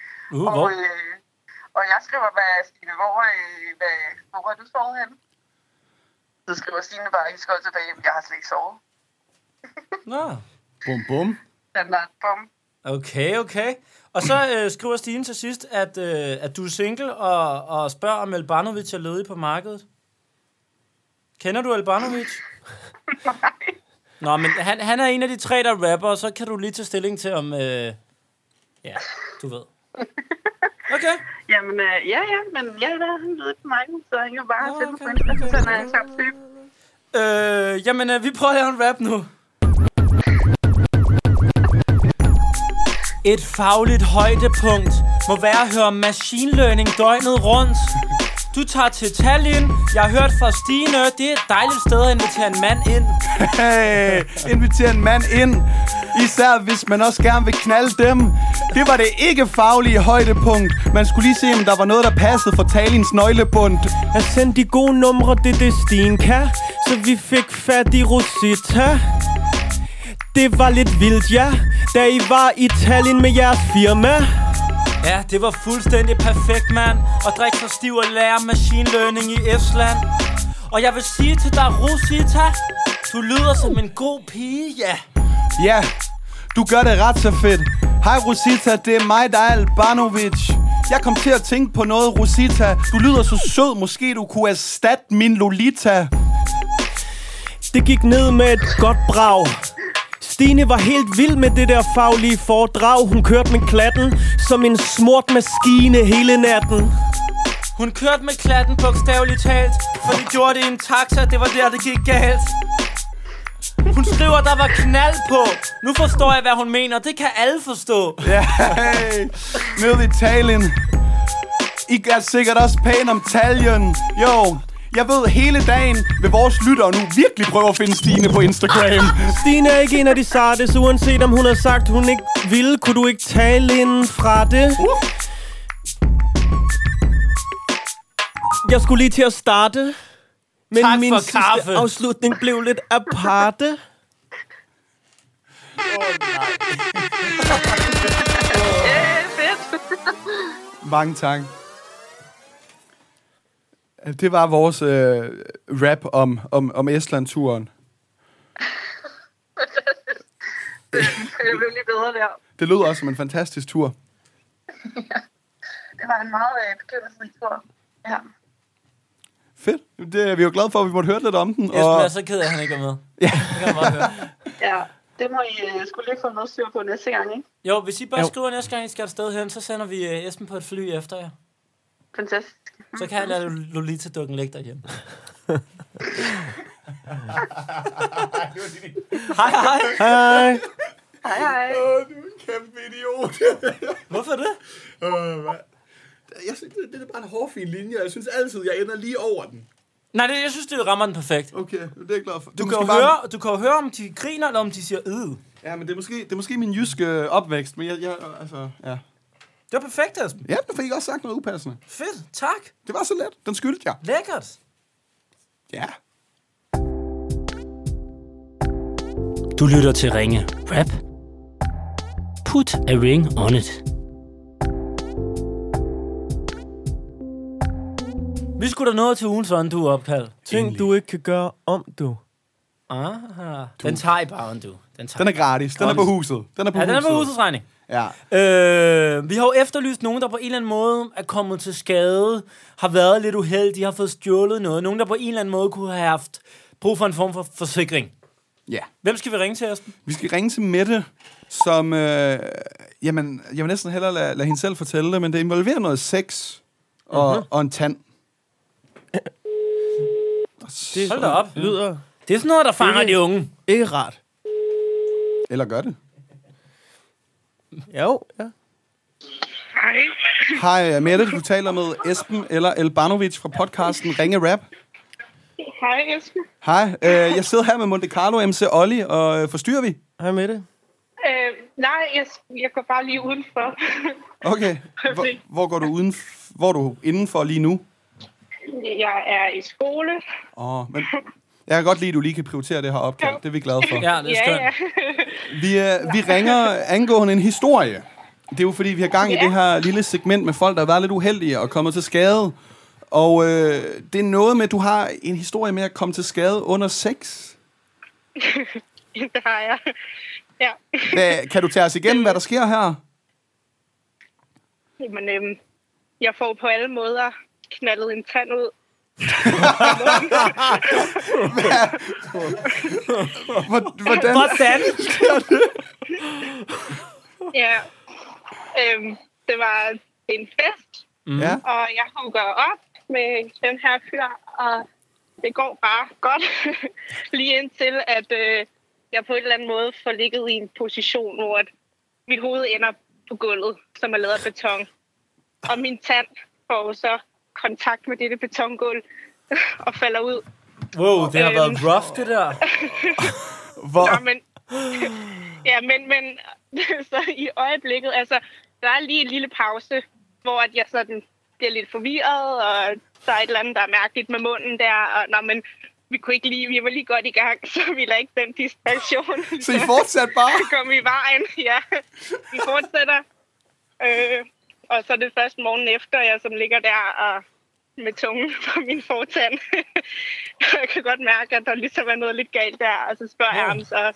Og jeg skriver, Stine, hvor har du sovet henne? Så skriver Stine bare, I skal tilbage, jeg har slet ikke sovet. Nå. Bum, bum. Den er bum. Okay. Og så skriver Stine til sidst, at du er single og spørger, om Elbanovic er ledig på markedet. Kender du Elbanovic? Nej. Nå, men han er en af de 3, der rapper, og så kan du lige tage stilling til, om... ja, du ved. Okay. Jamen, men han ved på markedet, så han kan bare sætte på Instagram, så han er en sjov type. Jamen, vi prøver at lave en rap nu. Et fagligt højdepunkt må være at høre machine learning døgnet rundt. Du tager til Tallinn. Jeg har hørt fra Stine. Det er et dejligt sted at invitere en mand ind. Hey, invitere en mand ind. Især hvis man også gerne vil knalde dem. Det var det ikke faglige højdepunkt. Man skulle lige se, om der var noget, der passede for Tallinns nøglebund. Jeg sendte de gode numre, det Stine kan. Så vi fik fat i Rosita. Det var lidt vildt, ja, da I var i Tallinn med jeres firma. Ja, det var fuldstændig perfekt, mand. Og drik så stiv og lære machine learning i Estland. Og jeg vil sige til dig, Rosita, du lyder som en god pige, ja. Ja, du gør det ret så fedt. Hej Rosita, det er mig, der er Elbanovic. Jeg kom til at tænke på noget, Rosita. Du lyder så sød, måske du kunne erstatte min Lolita. Det gik ned med et godt brag. Stine var helt vild med det der faglige foredrag. Hun kørte med klatten som en smurt maskine hele natten. Hun kørte med klatten bogstaveligt talt, for de gjorde det i en taxa, det var der, det gik galt. Hun skriver, der var knald på. Nu forstår jeg, hvad hun mener. Det kan alle forstå. Ja, hey. Nede i Tallinn. I er sikkert også pæn om Tallinn. Jo. Jeg ved, hele dagen vil vores lyttere nu virkelig prøve at finde Stine på Instagram. Stine er ikke en af de sarte, så uanset om hun har sagt, hun ikke ville, kunne du ikke tale inden fra det. Jeg skulle lige til at starte, men tak min for sidste kaffe. Afslutning blev lidt aparte. Fedt. Mange tak. Det var vores rap om Estland-turen. Det blev lige bedre der. Det lød også som en fantastisk tur. Ja. Det var en meget bekymrende tur. Ja. Fedt. Det er vi jo glade for, at vi måtte høre lidt om den. Esben er så ked af, at han ikke er med. Ja. Det kan jeg bare høre. Ja, det må I skulle lige få noget styr på næste gang, ikke? Jo, hvis I bare skriver næste gang, I skal et sted hen, så sender vi Esben på et fly efter jer. Fantastisk. Så kan jeg lade Lolita-dukken ligge derhjemme. Hej. Hej. Hej. Du er en kæmpe idiot. Hvorfor det? Jeg synes, det er bare en hårfin linje. Jeg synes altid, jeg ender lige over den. Nej, jeg synes, det rammer den perfekt. Okay, det er jeg glad for. Du kan jo høre, om de griner, eller om de siger Ja, men det er måske min jyske opvækst, men jeg altså, ja. Det var perfekt, Esben. Ja, du fik også sagt noget upassende. Fedt, tak. Det var så let. Den skyldte jeg. Lækkert. Ja. Du lytter til Ringe Rap. Put a ring on it. Vi skulle da noget til ugens undo-opkald. Ting, du ikke kan gøre om, du. Aha. Den tager I bare, undo. Den er gratis. Den er på huset. Den er på husets regning. Ja. Vi har jo efterlyst nogen, der på en eller anden måde er kommet til skade, har været lidt uheldige, har fået stjålet noget. Nogen, der på en eller anden måde kunne have haft brug for en form for forsikring. Ja. Hvem skal vi ringe til, Esben? Vi skal ringe til Mette, som... jamen, jeg vil næsten hellere lade hende selv fortælle det, men det involverer noget sex og en tand. Hold da op. Lyder Det er sådan noget, der fanger de unge. ikke rart. Eller gør det. Jo, ja. Hej Mette, du taler med Esben eller Elbanovic fra podcasten Ringe Rap. Hej, Esben. Hej, jeg sidder her med Monte Carlo MC Olli, og forstyrrer vi? Hej med det. Nej, jeg går bare lige udenfor. Okay, hvor går du uden? Hvor er du indenfor lige nu? Jeg er i skole. Men jeg kan godt lide, at du lige kan prioritere det her opkald. Det er vi glade for. Ja, det er skønt. Vi ringer angående en historie. Det er jo fordi, vi har gang i det her lille segment med folk, der har været lidt uheldige og kommet til skade. Og det er noget med, at du har en historie med at komme til skade under sex. Det har jeg. Ja. Kan du tage os igennem, hvad der sker her? Jamen, jeg får på alle måder knaldet en tand ud. Hvordan sker det? Ja. Det var en fest, og jeg hooker op med den her fyr, og det går bare godt. Lige indtil, at jeg på en eller anden måde får ligget i en position, hvor mit hoved ender på gulvet, som er lavet af beton. Og min tand får så kontakt med dette betongulv og falder ud. Wow, det har været rough, det der. Hvor? Nå, men så i øjeblikket, altså, der er lige en lille pause, hvor at jeg sådan bliver lidt forvirret, og der er et eller andet, der er mærkeligt med munden der, og vi var lige godt i gang, så vi lader ikke den distraktion. Så I fortsætter bare? Kom i vejen, ja. Vi fortsætter. Og så er det først morgen efter, jeg som ligger der og med tungen på min fortand. Jeg kan godt mærke, at der ligesom er noget lidt galt der, og så spørger jeg ham så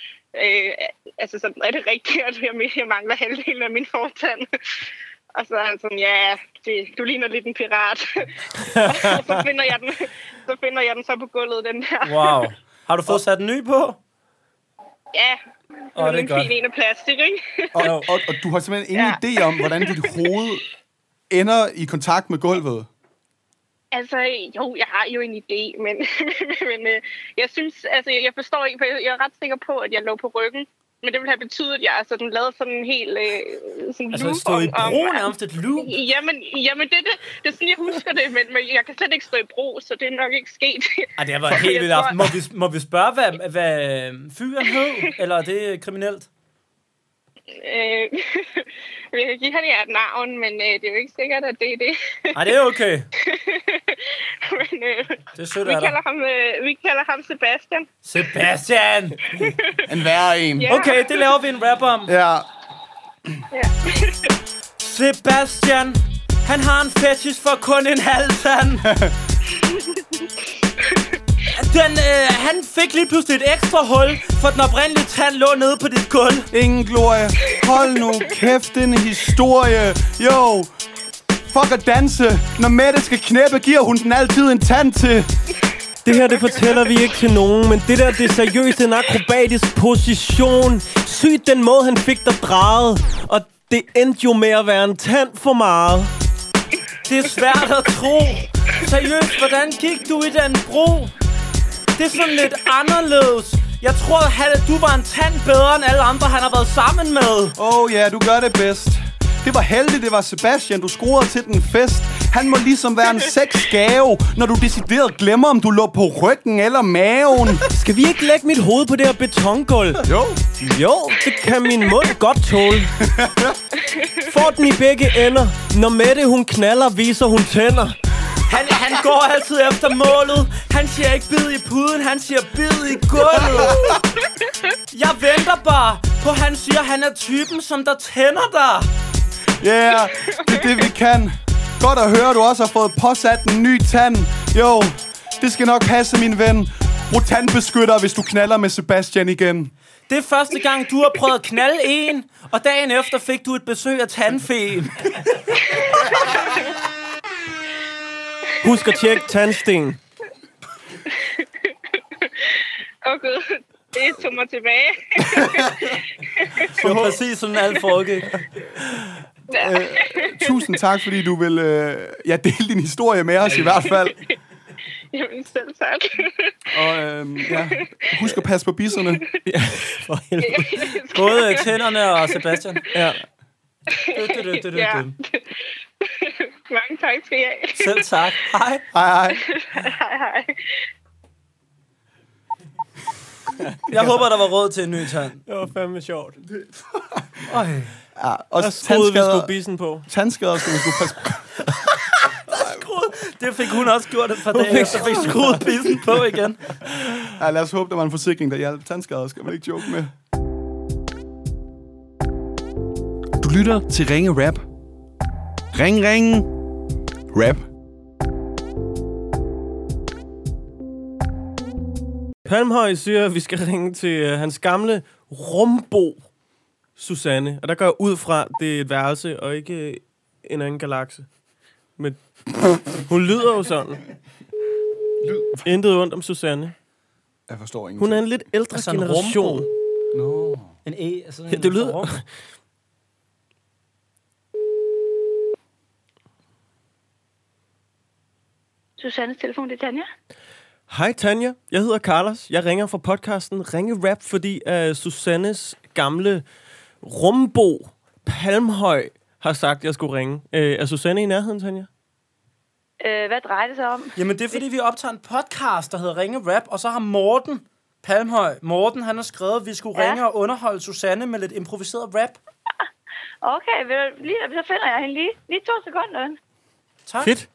er det rigtigt, at jeg mangler halvdelen af min fortand? Og så er han sådan, ja, du ligner lidt en pirat. Og så finder jeg den så på gulvet, den der. Wow. Har du fået sat en ny på? Ja, det er en godt. fin en af plastik, ikke? Og du har simpelthen ingen idé om, hvordan dit hoved ender i kontakt med gulvet? Altså, jo, jeg har jo en idé, men jeg synes, altså, jeg forstår ikke, for jeg er ret sikker på, at jeg lå på ryggen. Men det ville have betydet, at jeg sådan lavede sådan en helt sådan altså, loop. stå i bro nærmest et loop? Jamen det er sådan, jeg husker det, men jeg kan slet ikke stå i bro, så det er nok ikke sket. Ej, det har været helt vildt aften. Må vi spørge, hvad fyren hed? Eller er det kriminelt? Jeg kan give ham et navn, men det er jo ikke sikkert, at det er det. Nej, det er okay. Men, det er sødt af dig. Vi kalder ham Sebastian. Sebastian! En værre en. Ja. Okay, det laver vi en rap om. Ja. Sebastian, han har en fetish for kun en halv tand. Han fik lige pludselig et ekstra hul, for den oprindelige tand lå nede på dit gulv. Ingen glorie. Hold nu kæft, en historie. Jo. Fuck at danse. Når Mette skal knæppe, giver hun den altid en tand til. Det her, det fortæller vi ikke til nogen, men det der, det er seriøst en akrobatisk position. Sygt den måde, han fik dig drejet, og det endte jo med at være en tand for meget. Det er svært at tro. Seriøst, hvordan gik du i den bro? Det er sådan lidt anderledes. Jeg tror, at du var en tand bedre end alle andre, han har været sammen med. Ja, du gør det bedst. Det var heldigt, det var Sebastian, du scorede til den fest. Han må ligesom være en sexgave, når du decideret glemmer, om du lå på ryggen eller maven. Skal vi ikke lægge mit hoved på det her betongulv? Jo, det kan min mund godt tåle. Får den i begge ender. Når Mette hun knaller, viser hun tænder. Han går altid efter målet. Han siger ikke bid i puden, han siger bid i gulvet. Jeg venter bare på, han siger, han er typen, som der tænder dig. Ja, det er det, vi kan. Godt at høre, du også har fået påsat en ny tand. Jo, det skal nok passe, min ven. Brug tandbeskytter, hvis du knaller med Sebastian igen. Det er første gang, du har prøvet at knalde en, og dagen efter fik du et besøg af tandfeen. Husk at tjekke tandsten. Gud, det tog mig tilbage. Det var præcis sådan alt foregik. Tusind tak, fordi du vil dele din historie med os i hvert fald. Jamen, selv tak. Og husk at passe på bisserne. Ja, for helvede. Både tænderne og Sebastian. Ja. Ja. Mange tak skal I have. Selv tak. Hej. Hej. Hej, hej. Jeg håber, der var råd til en ny tand. Det var fandme sjovt. Øj. Ja, og Der skruede vi sgu bissen på. Tandskader skal vi sgu passe på. Det fik hun også gjort et par dage efter, fik skruet bissen på igen. Ja, lad os håbe, der var en forsikring, der hjalp. Tandskader skal man ikke joke med. Du lytter til Ringe Rap. Ring, ring. Rap. Palmhøj siger, at vi skal ringe til hans gamle rumbo, Susanne. Og der går jeg ud fra, det er et værelse og ikke en anden galakse. Men hun lyder jo sådan. Intet ondt om Susanne. Jeg forstår ingenting. Hun er en lidt ældre Altså en generation. No. En E, altså Ja, det lyder... Susannes telefon, det er Tanja. Hej Tanja, jeg hedder Carlos. Jeg ringer fra podcasten Ringe Rap, fordi Susannes gamle rumbo, Palmhøj, har sagt, at jeg skulle ringe. Er Susanne i nærheden, Tanja? Hvad drejer det sig om? Jamen, det er fordi, vi optager en podcast, der hedder Ringe Rap, og så har Morten Palmhøj, han har skrevet, at vi skulle ringe og underholde Susanne med lidt improviseret rap. Okay, så finder jeg hende lige 2 sekunder. Tak. Fedt.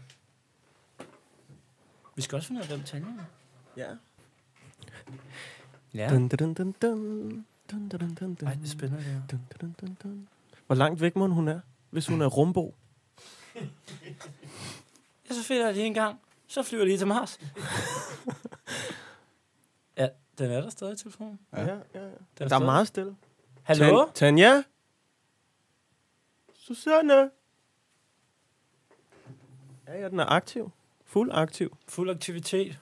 Vi skal også finde ud af, hvem Tanja er. Ja. Ja. Dun, dun, dun, dun, dun, dun, dun, dun. Ej, det er spændende, det her. Dun, dun, dun, dun. Hvor langt væk må hun er, hvis hun er rumbo? Ja, så finder jeg lige en gang. Så flyver jeg lige til Mars. Ja, den er der stadig i telefonen. Ja. Den Der er stadig. meget stille. Hallo? Tanja? Susanne? Ja, den er aktiv. Fuld aktiv. Fuld aktivitet.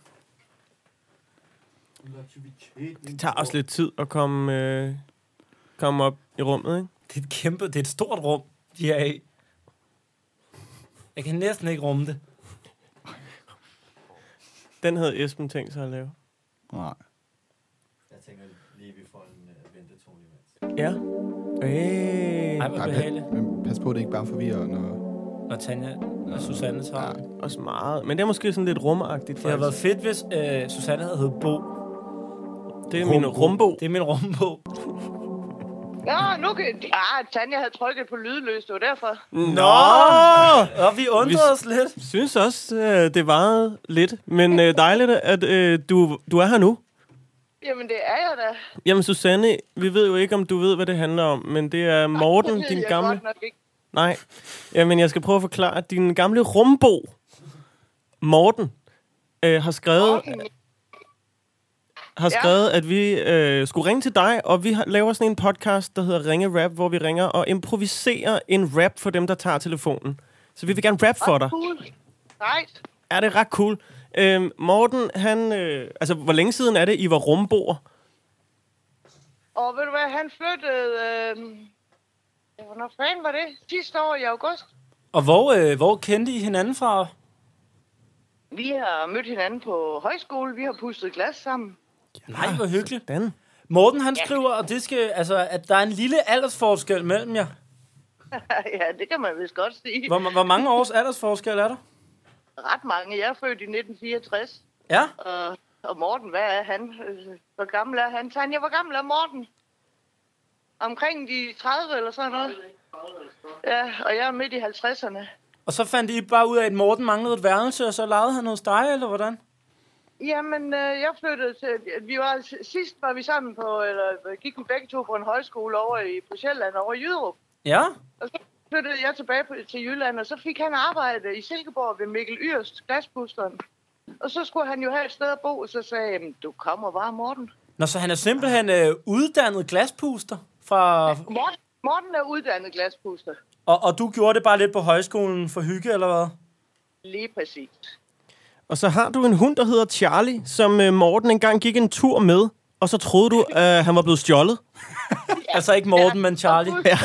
Det tager også lidt tid at komme op i rummet, ikke? Det er et stort rum, de er i. Jeg kan næsten ikke rumme det. Den havde Esben tænkt sig at lave. Nej. Jeg tænker lige, vi får en ventetone imens. Ja. Ej, hvor behageligt. Men pas på, det ikke bare forvirrer, Når Tanja og Susanne tager. Ja. Også meget. Men det er måske sådan lidt rumagtigt. Det har været fedt, hvis Susanne havde heddet Bo. Det er min rumbo. Det er min rumbo. Nå, nu kan... Tanja havde trykket på lydløs, det var derfor. Nå! Og vi undrede os lidt. Jeg synes også, det varede lidt. Men dejligt, at du er her nu. Jamen, det er jeg da. Jamen, Susanne, vi ved jo ikke, om du ved, hvad det handler om. Men det er Morten, din gamle... Godt nok ikke. Nej. Jamen, jeg skal prøve at forklare, at din gamle rumbo, Morten, har skrevet... at vi skulle ringe til dig, og vi laver sådan en podcast, der hedder Ringe Rap, hvor vi ringer og improviserer en rap for dem, der tager telefonen. Så vi vil gerne rap for dig. Cool. Right. Er det ret cool? Morten, han... altså, hvor længe siden er det, I var rumboer? Og ved du hvad, han flyttede... hvornår fanden var det? Sidste år i august. Og hvor kendte I hinanden fra? Vi har mødt hinanden på højskole. Vi har pustet glas sammen. Nej, hvor hyggeligt. Den. Morten, han skriver, og det skal, altså, at der er en lille aldersforskel mellem jer. Ja, det kan man vist godt sige. Hvor mange års aldersforskel er der? Ret mange. Jeg er født i 1964. Ja. Og Morten, hvad er han? Hvor gammel er han? Tanja, hvor gammel er Morten? Omkring de 30 eller sådan noget. Ja, og jeg er midt i 50'erne. Og så fandt I bare ud af, at Morten manglede et værelse, og så lejede han hos dig, eller hvordan? Jamen, jeg flyttede til... Sidst var vi sammen på... Eller gik vi begge to på en højskole over på Sjælland, over i Jyderup. Ja. Og så flyttede jeg tilbage til Jylland, og så fik han arbejde i Silkeborg ved Mikkel Yrst, glaspusteren. Og så skulle han jo have et sted at bo, og så sagde jeg, du kommer bare, Morten. Nå, så han er simpelthen uddannet glaspuster fra... Morten er uddannet glaspuster. Og du gjorde det bare lidt på højskolen for hygge, eller hvad? Lige præcis. Og så har du en hund, der hedder Charlie, som Morten engang gik en tur med, og så troede du, at han var blevet stjålet. Altså ikke Morten, men Charlie. Ja.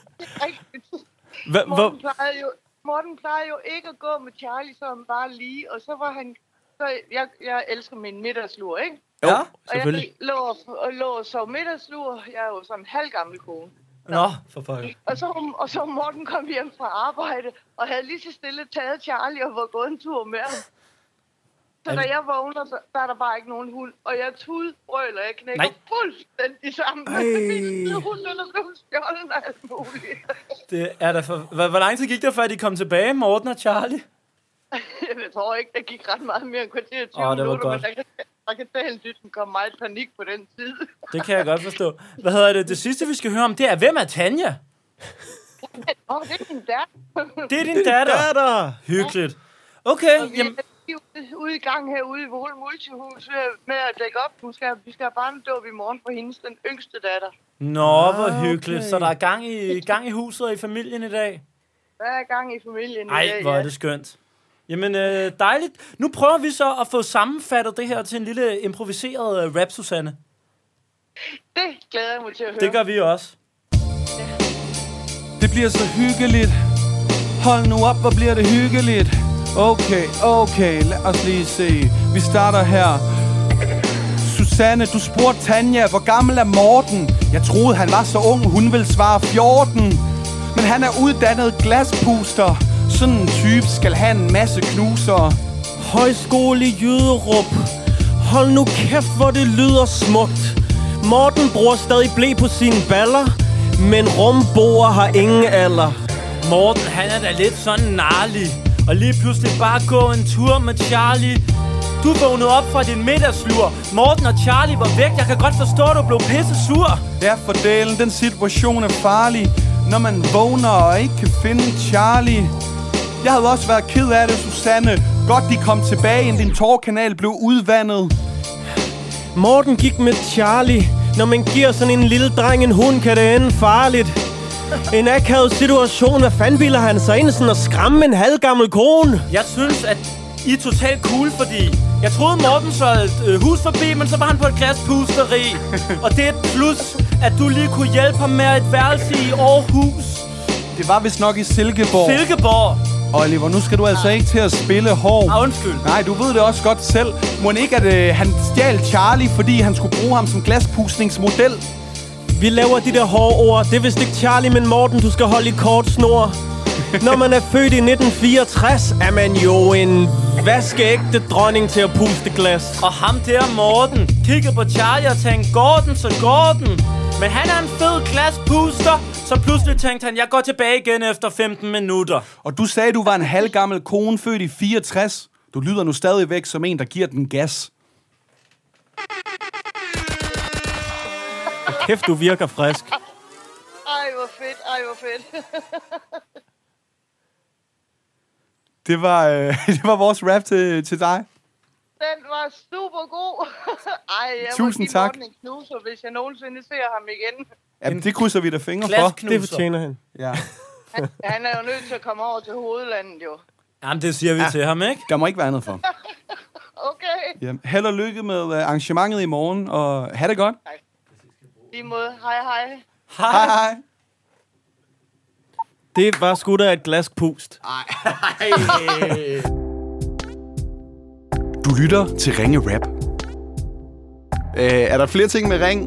Morten plejede jo ikke at gå med Charlie som bare lige, og så var han... Så jeg elsker min middagslur, ikke? Ja, og jeg lå og sov middagslur. Jeg er jo sådan en halv gammel kone. Nå, for pokker. Og så Morten kom hjem fra arbejde, og havde lige så stille taget Charlie og var gået en tur med ham. Så da jeg vågner, der er der bare ikke nogen hund. Og jeg tudbrøler, jeg knækker fuldstændig sammen. Hunden er blevet stjålet og alt muligt. Det er da for... Hvor lang tid gik det, før de kom tilbage, Morten og Charlie? Jeg tror ikke, der gik ret meget mere end kvarter 20 minutter, men der kan tale, kom meget panik på den tid. Det kan jeg godt forstå. Hvad hedder det? Det sidste, vi skal høre om, det er, hvem er Tanja? Det er din datter. Det er din datter. Hyggeligt. Okay, jamen... Ude i gang herude i Vole Multihus med at dække op. Vi skal have barnedåb i morgen for hendes, den yngste datter. Nå, hvor hyggeligt. Okay. Så der er gang i huset og i familien i dag? Der er gang i familien i dag, Ej, hvor er det skønt. Jamen, dejligt. Nu prøver vi så at få sammenfattet det her til en lille improviseret rap, Susanne. Det glæder jeg mig til at høre. Det gør vi også. Ja. Det bliver så hyggeligt. Hold nu op, hvor bliver det hyggeligt. Okay, lad os lige se. Vi starter her. Susanne, du spurgte Tanja, hvor gammel er Morten? Jeg troede, han var så ung, hun ville svare 14. Men han er uddannet glaspuster. Sådan en type skal have en masse knuser. Højskole i Jyderup. Hold nu kæft, hvor det lyder smukt. Morten bruger stadig ble på sine baller, men rumboer har ingen alder. Morten, han er da lidt sådan narlig. Og lige pludselig bare gå en tur med Charlie. Du vågnede op fra din middagslur. Morten og Charlie var væk. Jeg kan godt forstå, at du blev pisse sur. Ja, for delen, den situation er farlig, når man vågner og ikke kan finde Charlie. Jeg havde også været ked af det, Susanne. Godt, de kom tilbage, inden din tårkanal blev udvandet. Morten gik med Charlie. Når man giver sådan en lille dreng en hund, kan det ende farligt. En akavet situation. Hvad fanden bilder han sig ind sådan at skræmme en halvgammel kone? Jeg synes, at I er totalt cool, fordi jeg troede, Morten solgte hus forbi, men så var han på et glaspusteri. Og det er et plus, at du lige kunne hjælpe ham med et værelse i Aarhus. Det var vist nok i Silkeborg. Oliver, nu skal du altså ikke til at spille hård. Undskyld. Nej, du ved det også godt selv. Må ikke, at han stjal Charlie, fordi han skulle bruge ham som glaspustningsmodel? Vi laver de der hårde ord. Det er vist ikke Charlie, men Morten, du skal holde i kort snor. Når man er født i 1964, er man jo en vaskeægte dronning til at puste glas. Og ham der Morten kiggede på Charlie og tænkte, går den, så går den. Men han er en fed glaspuster, så pludselig tænkte han, jeg går tilbage igen efter 15 minutter. Og du sagde, du var en halvgammel kone født i 64. Du lyder nu stadigvæk som en, der giver den gas. Kæft, du virker frisk. Ej, hvor fedt. Det var vores rap til dig. Den var super god. Ej, jeg Tusind tak. Morten en knuser, hvis jeg nogensinde ser ham igen. Jamen, det krydser vi da fingre for. Det fortjener han. Ja. Han er jo nødt til at komme over til hovedlandet, jo. Jamen, det siger vi til ham, ikke? Der må ikke være andet for. Okay. Ja, held og lykke med arrangementet i morgen, og have det godt. Hej. Lige måde. Hej. Hej. Det var sgu da et glaspust. Du lytter til Ringe Rap. Er der flere ting med ring?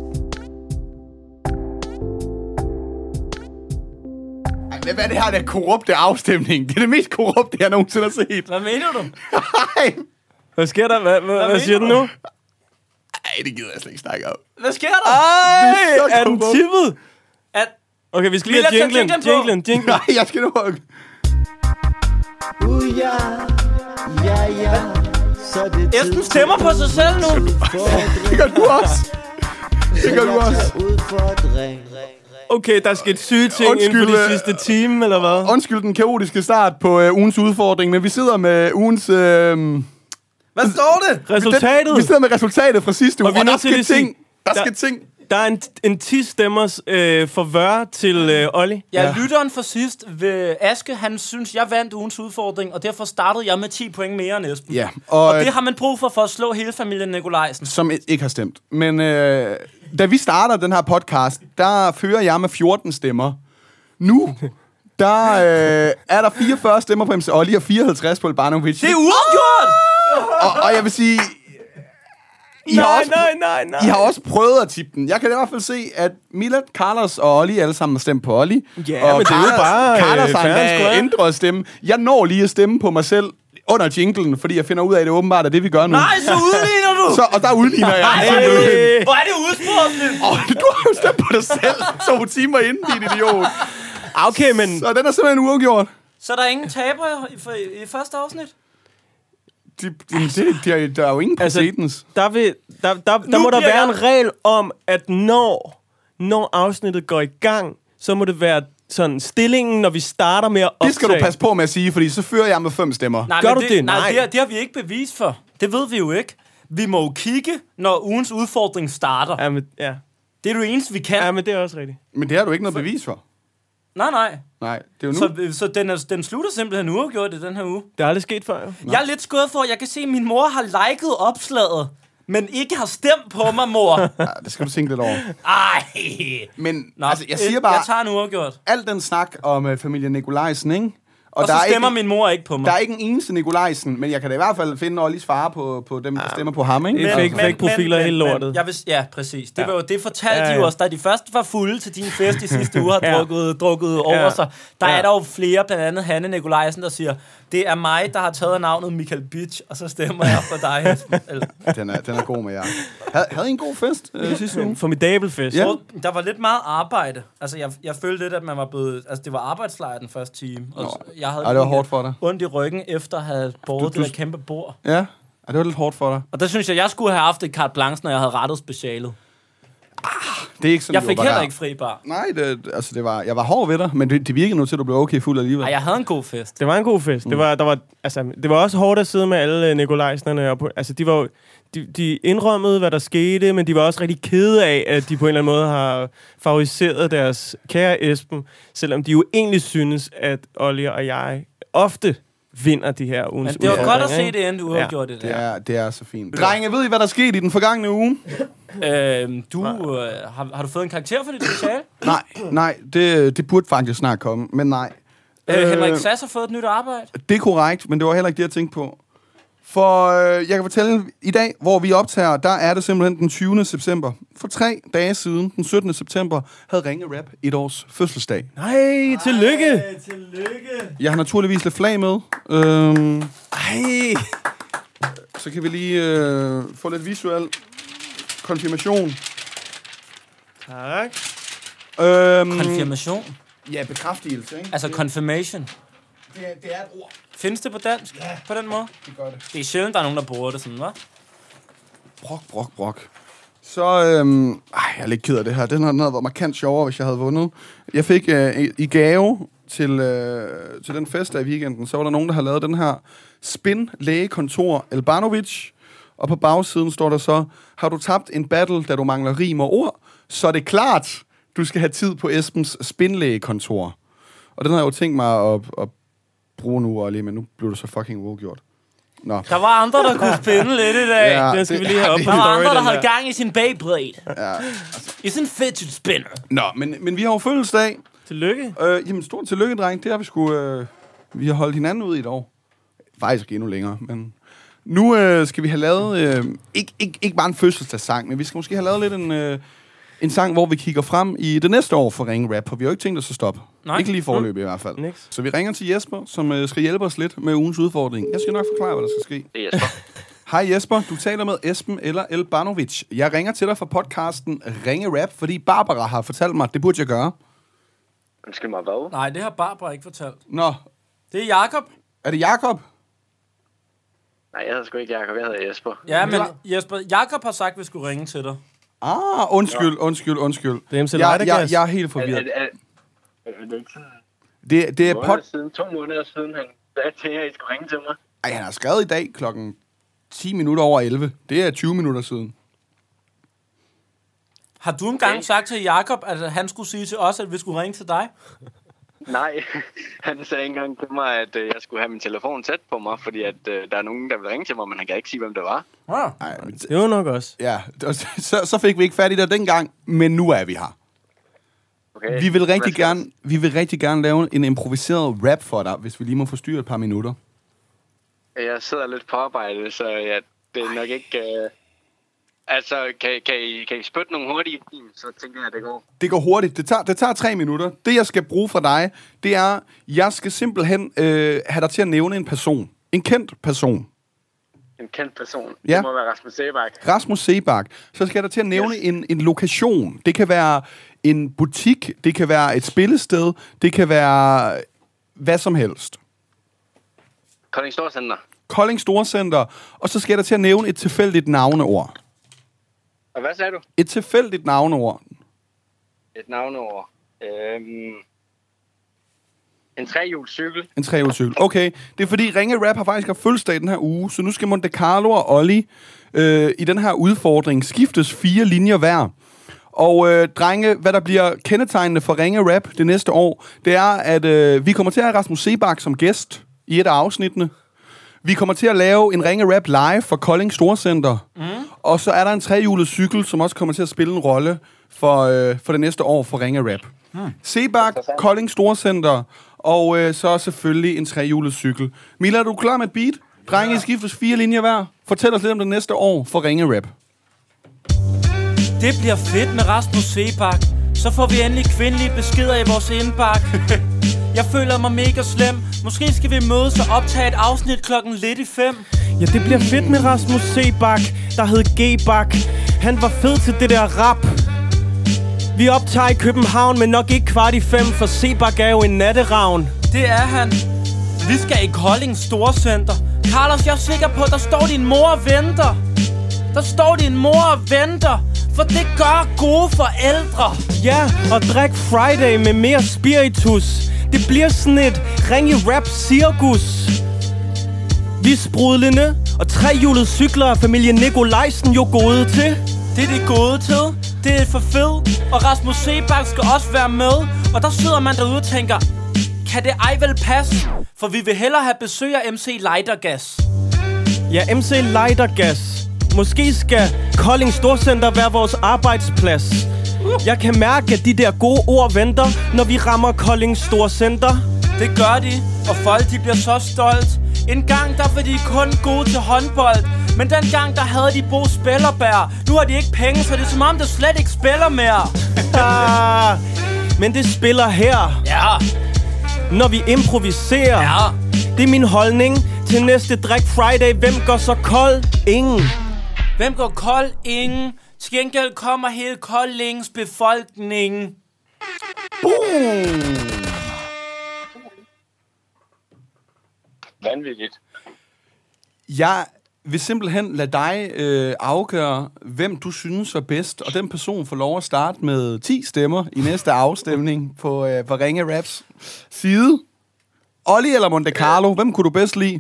Hvad er det her, der korrupte afstemning? Det er det mest korrupte, jeg nogensinde har set. Hvad mener du? Hvad sker der? Hvad siger du nu? Ej, det gider jeg slet ikke snakke om. Hvad sker der? Er den tippet? Okay, vi skal lige have jinglen. Nej, jeg skal nu... Ja. Så det Esben stemmer på sig selv nu. Det gør du også. Okay, der skete syge ting inden for de sidste time, eller hvad? Undskyld den kaotiske start på ugens udfordring, men vi sidder med ugens... Hvad står det? Resultatet. Vi sidder med resultatet fra sidste uge, og der skal ting. Der er en 10 stemmers forvør til Olli. Ja, lytteren for sidst ved Aske, han synes, jeg vandt ugens udfordring, og derfor startede jeg med 10 point mere end Esben. Ja, og det har man brug for at slå hele familien Nikolajsen. Som ikke har stemt. Men da vi starter den her podcast, der fører jeg med 14 stemmer. Nu, der er der 44 stemmer på MC Olli og 54 på Albanovic. Det er uafgjort! Og jeg vil sige... Nej. I har også prøvet at tippe den. Jeg kan i hvert fald se, at Milad, Carlos og Olli alle sammen har stemt på Olli. Ja, og men Carlos, det er jo bare... Carlos har ændret stemme. Jeg når lige at stemme på mig selv under jinglen, fordi jeg finder ud af, at det åbenbart er det, vi gør nu. Nej, så udligner du! Og der udligner jeg. Hvor er det udspurgt? Du har jo stemt på dig selv 2 timer inden, din idiot. Okay, men... Så den er simpelthen uafgjort. Så der er ingen tabere i første afsnit? Der er jo ingen præcedens. Der må der være en regel om, at når afsnittet går i gang, så må det være sådan stillingen, når vi starter med at optage. Det skal du passe på med at sige, fordi så fører jeg med 5 stemmer. Nej, gør du det? Nej, det har vi ikke bevis for. Det ved vi jo ikke. Vi må jo kigge, når ugens udfordring starter. Ja. Det er det eneste, vi kan. Ja, men det er også rigtigt. Men det har du ikke noget bevis for. Nej. Nej, det er jo nu. Så den slutter simpelthen uafgjort i den her uge. Det er aldrig sket før, jo. Jeg er lidt skuffet for, at jeg kan se, at min mor har liket opslaget, men ikke har stemt på mig, mor. Ja, det skal du tænke lidt over. Ej. Men altså, jeg siger bare... Jeg tager en uafgjort. Al den snak om familien Nikolajsen, ikke? Og så stemmer min mor ikke på mig. Der er ikke en eneste Nikolajsen, men jeg kan da i hvert fald finde Ollis far på dem, der stemmer på ham, ikke? Fake profiler hele lortet. Ja, præcis. Det var jo det fortalte de jo også, da de først var fulde til din fest i sidste uge, har drukket over sig. Der er der jo flere, blandt andet Hanne Nikolajsen, der siger, det er mig, der har taget navnet Michael Bitch, og så stemmer jeg for dig. Den er god med jer. Havde I en god fest sidste uge? Formidabel fest. Ja. Der var lidt meget arbejde. Altså, jeg følte lidt, at man var blevet... Altså, det var arbejdslejr den første time. Og jeg havde det var hårdt for dig. Ondt i ryggen, efter at have båret det der kæmpe bord. Ja, det var lidt hårdt for dig. Og der synes jeg skulle have haft et carte blanche, når jeg havde rettet specialet. Det er ikke sådan, jeg fik heller ikke fri bar. Nej, jeg var hård ved dig, men det virkede nu til, at du blev okay fuld alligevel. Nej, jeg havde en god fest. Det var en god fest. Det var også hårdt at sidde med alle Nikolajsnerne. Altså, de indrømmede, hvad der skete, men de var også rigtig kede af, at de på en eller anden måde har favoriseret deres kære Esben, selvom de jo egentlig synes, at Olli og jeg ofte vinder de her ugens udfordringer. Det var godt at se det endte uafgjort. Det er så fint. Drenge, ved I, hvad der skete i den forgangne uge? Har du fået en karakter for dit speciale? Nej, det burde faktisk snart komme, men nej. Henrik Sass har fået et nyt arbejde. Det er korrekt, men det var heller ikke det, jeg tænkte på. For jeg kan fortælle, i dag, hvor vi optager, der er det simpelthen den 20. september. For 3 dage siden, den 17. september, havde Ringe Rap 1 års fødselsdag. Nej, tillykke! Tillykke! Jeg har naturligvis lidt flag med. Så kan vi lige få lidt visuel konfirmation. Tak. Konfirmation? Ja, bekræftelse, ikke? Altså confirmation. Det er et ord. Findes det på dansk? Ja, på den måde? Det gør det. Det er sjældent, der er nogen, der bruger det sådan, hva'? Brok. Så, jeg er lidt ked af det her. Den havde været markant sjovere, hvis jeg havde vundet. Jeg fik i gave til den fest i weekenden, så var der nogen, der havde lavet den her spin-lægekontor Elbanovic. Og på bagsiden står der så, har du tabt en battle, da du mangler rim og ord, så er det klart, du skal have tid på Esbens spin-lægekontor. Og den havde jeg jo tænkt mig at bruge nu, Olli, men nu blev det så fucking uafgjort. Nå. Der var andre, der kunne spænde lidt i dag. Ja, den skal vi lige have op på Der var story, andre, der havde gang i sin Beyblade. Ja, altså. I sådan en fidget spinner. Nå, men vi har jo fødselsdag. Tillykke. Jamen, stort tillykke, dreng. Det har vi sgu... vi har holdt hinanden ud i et år. Faktisk endnu længere, men... Nu skal vi have lavet... ikke bare en fødselsdagssang, men vi skal måske have lavet lidt en sang, hvor vi kigger frem i det næste år for Ringe Rap, for vi har jo ikke tænkt os at stoppe. Nej. Ikke lige forløb i hvert fald. Nix. Så vi ringer til Jesper, som skal hjælpe os lidt med ugens udfordring. Jeg skal nok forklare, hvad der skal ske. Det er Jesper. Hej Jesper, du taler med Esben eller Elbanovic. Jeg ringer til dig fra podcasten Ringe Rap, fordi Barbara har fortalt mig, at det burde jeg gøre. Undskyld mig, hvad? Nej, det har Barbara ikke fortalt. Nå. Det er Jakob. Er det Jakob? Nej, jeg hedder sgu ikke Jakob, jeg hedder Jesper. Ja, men Jesper, Jakob har sagt, at vi skulle ringe til dig. Undskyld. Jeg er helt forvirret. Er det ikke sådan? Det er 2 måneder siden, han sagde til jer, at I skulle ringe til mig. Ej, han har skrevet i dag klokken 10 minutter over 11. Det er 20 minutter siden. Har du engang sagt til Jakob, at han skulle sige til os, at vi skulle ringe til dig? Nej, han sagde engang til mig, at jeg skulle have min telefon tæt på mig, fordi at der er nogen, der vil ringe til mig, men han kan ikke sige, hvem det var. Ja. Ej, det var nok også. Ja, så fik vi ikke fat i det dengang, men nu er vi her. Okay. Vi vil rigtig gerne lave en improviseret rap for dig, hvis vi lige må forstyrre et par minutter. Jeg sidder lidt på arbejde, så det er nok ikke... Altså, kan I spytte nogle hurtige, så tænker jeg, det går. Det går hurtigt. Det tager 3 minutter. Det, jeg skal bruge fra dig, det er, jeg skal simpelthen have dig til at nævne en person. En kendt person. En kendt person? Ja. Det må være Rasmus Seebach. Rasmus Seebach. Så skal jeg dig til at nævne en lokation. Det kan være en butik, det kan være et spillested, det kan være hvad som helst. Kolding Storcenter. Kolding Storcenter. Og så skal jeg dig til at nævne et tilfældigt navneord. Og hvad sagde du? Et tilfældigt navneord. Et navneord. En trehjulscykel. En trehjulscykel. Okay. Det er fordi Ringe Rap har faktisk haft fødselsdag den her uge, så nu skal Monte Carlo og Olli i den her udfordring skiftes 4 linjer hver. Og drenge, hvad der bliver kendetegnende for Ringe Rap det næste år, det er, at vi kommer til at have Rasmus Seebach som gæst i et af afsnittene. Vi kommer til at lave en Ringe Rap live for Kolding Storcenter. Og så er der en trehjulet cykel, som også kommer til at spille en rolle for det næste år for Ringe Rap. Seebach, Kolding Storcenter, og så selvfølgelig en trehjulet cykel. Mila, er du klar med et beat? Drenge, I skiftes 4 linjer hver. Fortæl os lidt om det næste år for Ringe Rap. Det bliver fedt med Rasmus Seebach. Så får vi endelig kvindelige beskeder i vores indbakke. Jeg føler mig mega slem. Måske skal vi mødes og optage et afsnit klokken lidt i 5. Ja, det bliver fedt med Rasmus Seebach, der hed G-Bach. Han var fed til det der rap. Vi optager i København, men nok ikke 4:45, for Seebach er jo en natteravn. Det er han. Vi skal i Kolding Storcenter. Carlos, jeg er sikker på, at der står din mor og venter. Der står din mor og venter. For det gør gode forældre. Ja, og drik Friday med mere spiritus. Det bliver sådan et Ringe Rap cirkus. Vi er sprudlende, og trehjulede cykler er familien Nikolajsen jo gode til. Det er de gode til. Det er for fedt. Og Rasmus Seebach skal også være med. Og der sidder man derude og tænker, kan det ej vel passe? For vi vil hellere have besøg af MC Lightergas. Ja, MC Lightergas. Måske skal Kolding Storcenter være vores arbejdsplads. Jeg kan mærke, at de der gode ord venter, når vi rammer Kolding Storcenter. Det gør de, og folk de bliver så stolt. En gang der var de kun gode til håndbold, men den gang der havde de Bo Spillerberg. Nu har de ikke penge, så det er som om det slet ikke spiller mere. Men det spiller her. Ja. Når vi improviserer. Ja. Det er min holdning til næste Drik Friday. Hvem går så kold? Ingen. Hvem går kold? Ingen. Til gengæld kommer hele Koldings befolkning. Boom! Vanvittigt. Jeg vil simpelthen lade dig afgøre, hvem du synes var bedst, og den person får lov at starte med 10 stemmer i næste afstemning på Ringe Raps side. Olli eller Monte Carlo, hvem kunne du bedst lide?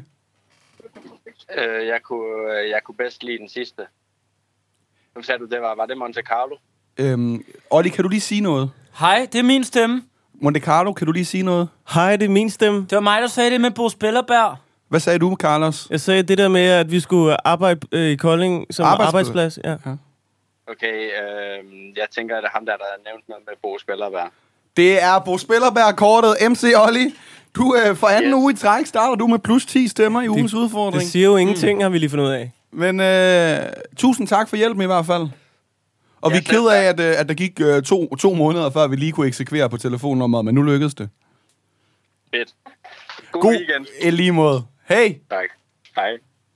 Jeg kunne bedst lide den sidste. Hvem sagde du, det var? Var det Monte Carlo? Olli, kan du lige sige noget? Hej, det er min stemme. Monte Carlo, kan du lige sige noget? Hej, det er min stemme. Det var mig, der sagde det med Bo Spillerberg. Hvad sagde du, Carlos? Jeg sagde det der med, at vi skulle arbejde i Kolding som arbejdsplads. Ja. Okay, jeg tænker, at det er ham, der har nævnt noget med Bo Spillerberg. Det er Bo Spillerberg-kortet. MC Olli, du for anden uge i træk starter du med plus 10 stemmer i ugens udfordring. Det siger jo ingenting, har vi lige fundet ud af. Men tusind tak for hjælpen i hvert fald. Og vi er ked af, at der gik 2 måneder, før vi lige kunne eksekvere på telefonnummeret, men nu lykkedes det. Fedt. God weekend. I lige måde. Hey. Tak. Hej.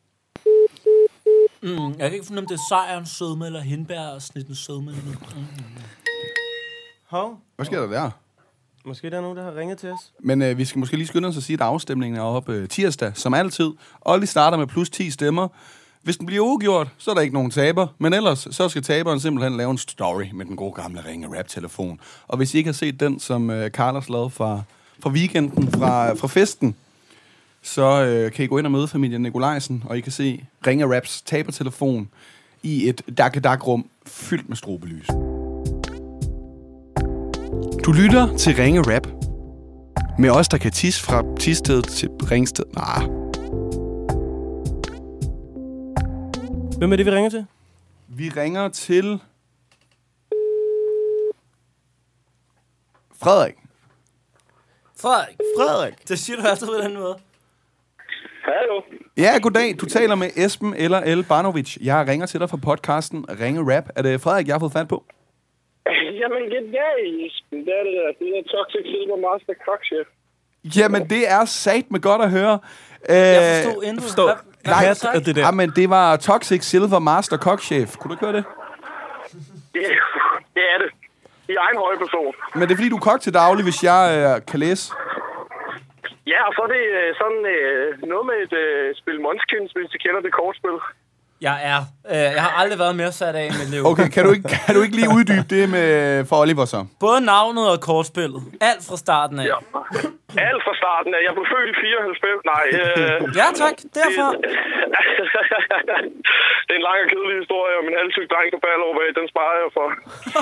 Jeg kan ikke finde, om det er sejrens sødme eller hindbærsnittens sødme. Hov. Hvad sker der? Måske der er nogen, der har ringet til os. Men vi skal måske lige skynde os at sige, at afstemningen er oppe tirsdag, som altid. Olli starter med plus 10 stemmer. Hvis den bliver uafgjort, så er der ikke nogen taber. Men ellers, så skal taberen simpelthen lave en story med den gode gamle Ringe Rap-telefon. Og hvis I ikke har set den, som Carlos lavede fra weekenden, fra festen, så kan I gå ind og møde familien Nikolajsen, og I kan se Ringe Raps tabertelefon i et dak-rum fyldt med strobelys. Du lytter til Ringe Rap. Med os, der kan tisse fra Tissted til Ringsted. Hvem er det, vi ringer til? Vi ringer til Frederik. Frederik. Frederik. Det siger du altid på den måde. Hallo. Ja, goddag. Du taler med Esben eller El Barnovic. Jeg ringer til dig fra podcasten Ringe Rap. Er det Frederik, jeg har fået fat på? Jamen, ja, Esben. Det er det der. Det er Toxic Silver Master Cockchef. Jamen, det er satme godt at høre. Jeg forstod intet. Nej, det der. Jamen, det var Toxic Silver Master Cockchef. Kunne du ikke høre det? Det er det. I egen høje person. Men det er fordi, du er kok til daglig, hvis jeg kan læse. Ja, og så er det sådan noget med et spil Munchkins, hvis du kender det kortspil. Jeg har aldrig været mere sat af i mit liv. Okay, kan du ikke lige uddybe det for Oliver så? Både navnet og kortspillet. Alt fra starten af. Ja. Alt fra starten af. Jeg blev født i 94. Nej. Ja, tak. Derfor. Det er en lang og kedelig historie om en halvsyg dreng på Ballerup. Den sparer jeg for.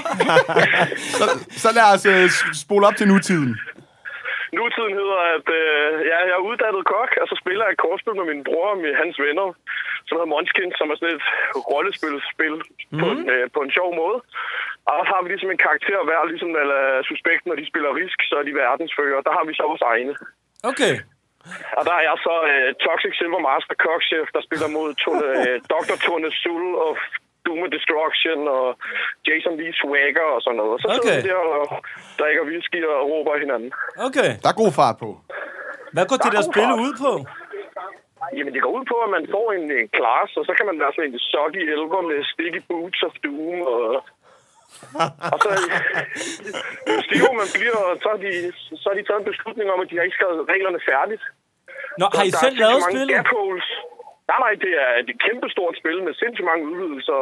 så lad os spole op til nutiden. Nutiden hedder, at jeg er uddannet kok, og så spiller jeg et kortspil med min bror og med hans venner, som hedder Munchkins, som er sådan et rollespil på en sjov måde. Og så har vi ligesom en karakter hver, ligesom Suspekt, når de spiller Risk, så er de verdensfører. Der har vi så vores egne. Okay. Og der er jeg så Toxic Silver Master Cockchef, der spiller mod Dr. Tone Sul og Doom Destruction og Jason Lee Swagger og sådan noget. Så sidder vi der og drikker whisky og råber hinanden. Okay. Der er god fart på. Hvad går det der spil ud på? Jamen, det går ud på, at man får en class, og så kan man være sådan en soggy elver med sticky boots of doom og så stiver man bliver, og så har de taget en beslutning om, at de har ikke skrevet reglerne færdigt. Nå, har I selv lavet spillet? Nej, det er et kæmpestort spil med sindssygt mange udvidelser.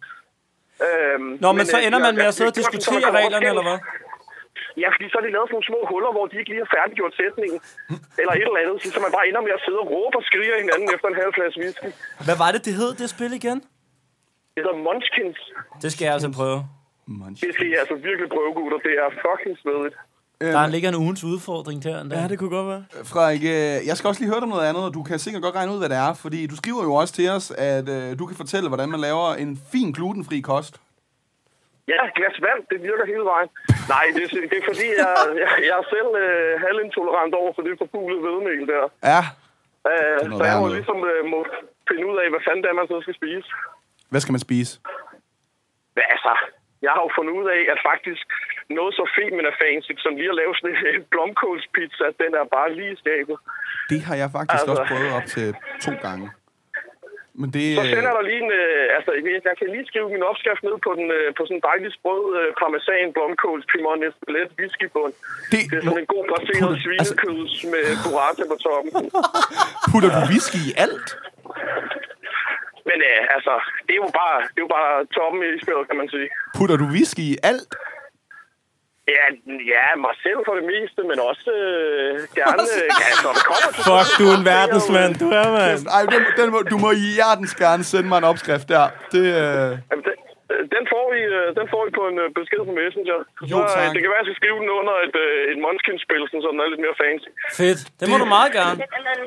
Men så ender man med at sidde og diskutere reglerne, eller hvad? Ja, fordi så har de lavet nogle små huller, hvor de ikke lige har færdiggjort sætningen. Eller et eller andet, så man bare ender med at sidde og råbe og skrige af hinanden efter en halv flaske whisky. Hvad var det hed, det spil igen? Det hedder Munchkins. Det skal jeg altså prøve. Det skal jeg altså virkelig prøve, gutter. Det er fucking svedigt. Der ligger en ugens udfordring der. Ja, det kunne godt være. Frederik, jeg skal også lige høre dig om noget andet, og du kan sikkert godt regne ud, hvad det er. Fordi du skriver jo også til os, at du kan fortælle, hvordan man laver en fin glutenfri kost. Ja, glas vand, det virker hele vejen. Nej, det er fordi, jeg er selv halvintolerant over for det forpulede hvedemel der. Ja. Så jeg må ligesom må finde ud af, hvad fanden det er, man så skal spise. Hvad skal man spise? Altså, jeg har jo fundet ud af, at faktisk noget så fancy, som lige at lave sådan en blomkålspizza, den er bare lige i skabet. Det har jeg faktisk også prøvet op til 2 gange. Men det, så sender der lige en... jeg kan lige skrive min opskrift ned på sådan en dejlig sprød parmesan, blomkåls, pimon, espelet, whiskybund. Det er sådan en god grateret svinekøds med burrata på toppen. Putter du whisky i alt? Men det er jo bare toppen i spillet, kan man sige. Putter du whisky i alt? Ja, mig selv for det meste, men også gerne... når det kommer til... Fuck, du er en verdensmand, du er, mand. Ej, du må i hjertens gerne sende mig en opskrift der. Den får I på en besked på Messenger. Jo, tak. Det kan være, at jeg skal skrive den under et Munchkins-spil, så den er lidt mere fancy. Fedt. Det må du meget gerne.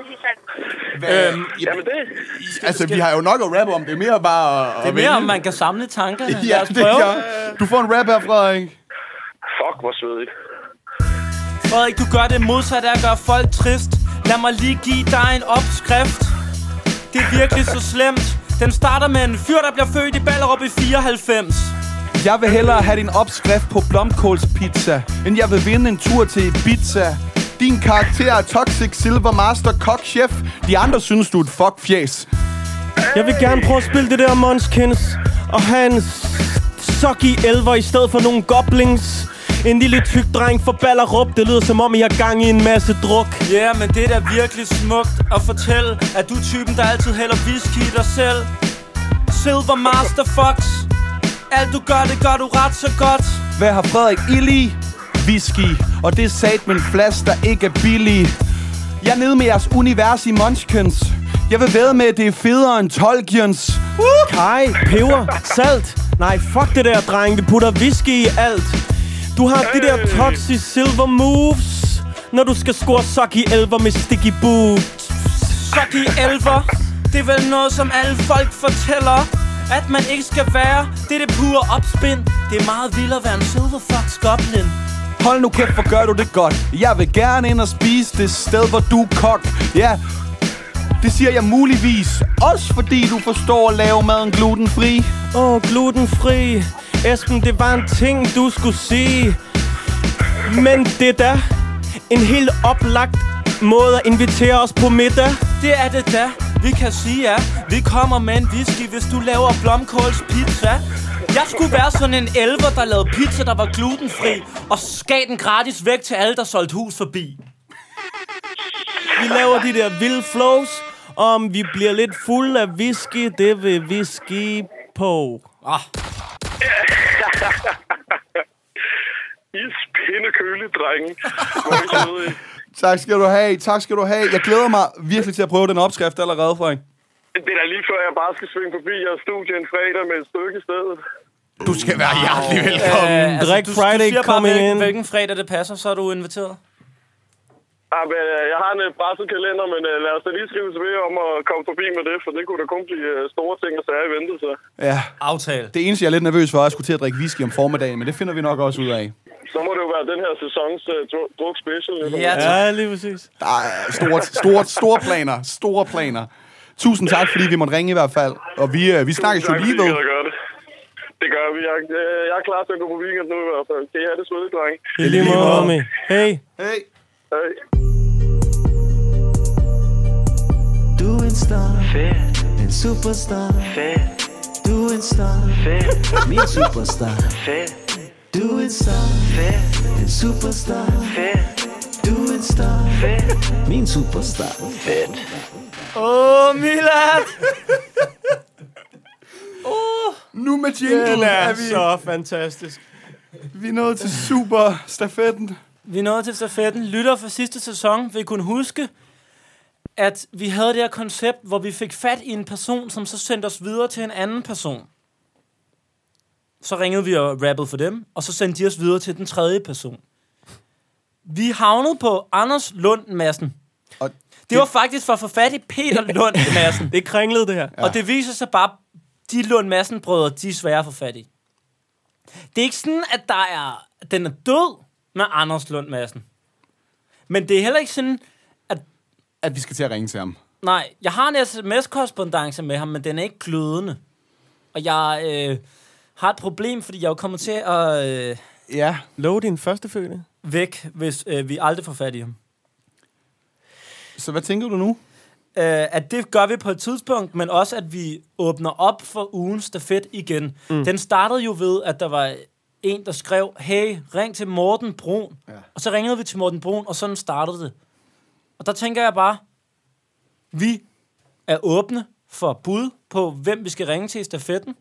Jamen det... Altså, vi har jo nok at rappe om. Det er mere bare det er mere, om man kan samle tankerne. Ja, det kan. Du får en rap her, Frederik. Fuck, hvor svedigt. Frederik, du gør det modsatte af at gøre folk trist. Lad mig lige give dig en opskrift. Det er virkelig så slemt. Den starter med en fyr, der bliver født i Ballerup i 94. Jeg vil hellere have din opskrift på blomkålspizza, end jeg vil vinde en tur til Ibiza. Din karakter er Toxic Silver Master Cockchef. De andre synes, du er et fuckfjæs. Jeg vil gerne prøve at spille det der Munchkins og have en soggy elver i stedet for nogle goblins. En lille tyk dreng for Ballerup. Det lyder som om I har gang i en masse druk. Ja, men det er da virkelig smukt at fortælle, at du er typen, der altid hælder whisky i dig selv. Silver Master Fox. Alt du gør, det gør du ret så godt. Hvad har Frederik ild i? Whisky. Og det er sat med en flaske, der ikke er billig. Jeg er nede med jeres univers i Munchkins. Jeg vil vædde med, at det er federe end Tolkiens. Kaj, peber, salt. Nej, fuck det der, dreng. Vi putter whisky i alt. Du har de der Toxic Silver moves, når du skal score soggy elver med sticky boots. Soggy elver, det er vel noget, som alle folk fortæller, at man ikke skal være. Det er det pure opspind. Det er meget vildt at være en Silver Fox Goblin. Hold nu kæft, hvor gør du det godt. Jeg vil gerne ind og spise det sted, hvor du er kok. Ja, Det siger jeg muligvis. Også fordi du forstår at lave maden glutenfri. Glutenfri. Esben, det var en ting, du skulle sige. Men det er da en helt oplagt måde at invitere os på middag. Det er det da. Vi kan sige, ja. Vi kommer med en whisky, hvis du laver blomkålspizza. Jeg skulle være sådan en elver, der lavede pizza, der var glutenfri, og gav den gratis væk til alle, der solgte hus forbi. Vi laver de der vilde flows. Om vi bliver lidt fulde af whisky, det vil whisky på. Ispindekølig, drenge. Tak skal du have. Jeg glæder mig virkelig til at prøve den opskrift allerede, Frederik. Det er da lige før, jeg bare skal svinge forbi jeres studie en fredag med et stykke i stedet. Du skal være hjertelig velkommen. Drag Friday coming in. Hvilken fredag det passer, så er du inviteret. Ja, men, jeg har en presset kalender, men lad os da lige skrive ved om at komme forbi med det, for det kunne da kun blive store ting og sager i vente, så. Ja. Aftale. Det eneste, jeg er lidt nervøs for, er at skulle til at drikke whisky om formiddagen, men det finder vi nok også ud af. Så må det jo være den her sæsons druk special. Ja, lige præcis. Der er store planer. Tusind tak, fordi vi måtte ringe i hvert fald. Og vi snakkes jo lige ved. Det gør vi. Jeg er klar til at gå på weekend nu i hvert fald. Kan I have det svedigt, drenge? I lige måde. Hej. Hej. Du er en star. Fedt. En superstar. Fedt. Du er en star. Fedt. Min superstar. Fedt. Du er en star. Fedt. En superstar. Fedt. Du er en star. Fedt. Min superstar. Fedt. Milad! Nu med jinglen er vi så fantastisk. Vi er nået til superstafetten. Vi er nået til stafetten. Lytter for sidste sæson vil kunne huske, at vi havde det her koncept, hvor vi fik fat i en person, som så sendte os videre til en anden person. Så ringede vi og rappede for dem, og så sendte de os videre til den tredje person. Vi havnede på Anders Lund Madsen. Det var faktisk for at få fat i Peter Lund Madsen. Det kringlede det her. Ja. Og det viser sig bare, de Lund Madsen-brødre, de er svære at få fat i. Det er ikke sådan, at den er død med Anders Lund Madsen. Men det er heller ikke sådan, at vi skal til at ringe til ham. Nej, jeg har en sms-korrespondance med ham, men den er ikke glødende. Og jeg har et problem, fordi jeg er kommet til at... love din førstefødte væk, hvis vi aldrig får fat i ham. Så hvad tænker du nu? At det gør vi på et tidspunkt, men også, at vi åbner op for ugens stafet igen. Den startede jo ved, at der var en, der skrev, hey, ring til Morten Brun. Ja. Og så ringede vi til Morten Brun, og sådan startede det. Og der tænker jeg bare, vi er åbne for bud på, hvem vi skal ringe til i stafetten.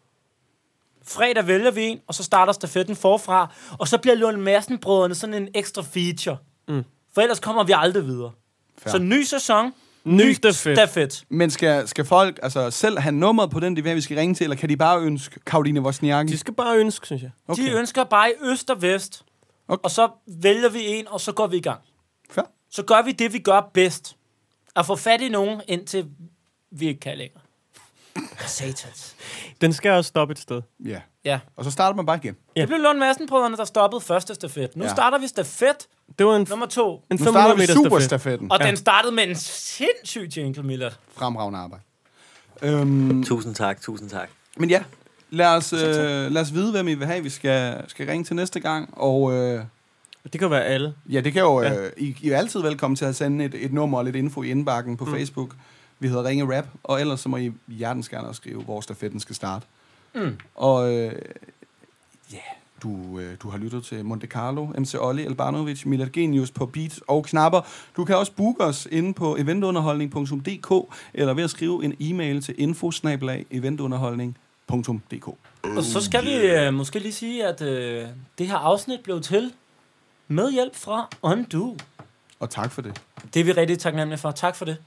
Fredag vælger vi en, og så starter stafetten forfra. Og så bliver Lund Madsen-brødrene sådan en ekstra feature. For ellers kommer vi aldrig videre. Fair. Så ny sæson, ny stafet. Men skal folk altså selv have nummeret på den, vi skal ringe til, eller kan de bare ønske Karoline Wozniacki? De skal bare ønske, synes jeg. Okay. De ønsker bare i øst og vest. Okay. Og så vælger vi en, og så går vi i gang. Fair. Så gør vi det, vi gør bedst. At få fat i nogen, indtil vi ikke kan længere. Satans. Den skal også stoppe et sted. Ja. Og så starter man bare igen. Ja. Det blev Lund Madsen-brødrene, der stoppede første stafet. Nu starter vi stafet nummer 2. Nu starter vi superstafetten. Og den startede med en sindssyg jingle, Millard. Fremragende arbejde. Tusind tak. Men ja, lad os vide, hvem I vil have, vi skal ringe til næste gang. Og det kan være alle. Ja, det kan jo... I er altid velkommen til at sende et nummer og lidt info i indbakken på Facebook. Vi hedder Ringe Rap, og ellers så må I hjertens gerne skrive, hvor stafetten skal starte. Og du har lyttet til Monte Carlo, MC Olli, Albanovic, Milad Genius på beats og knapper. Du kan også booke os inde på eventunderholdning.dk eller ved at skrive en e-mail til info@eventunderholdning.dk. Og så skal vi måske lige sige, at det her afsnit blev til med hjælp fra Undo. Og tak for det. Det er vi rigtig taknemmelige for. Tak for det.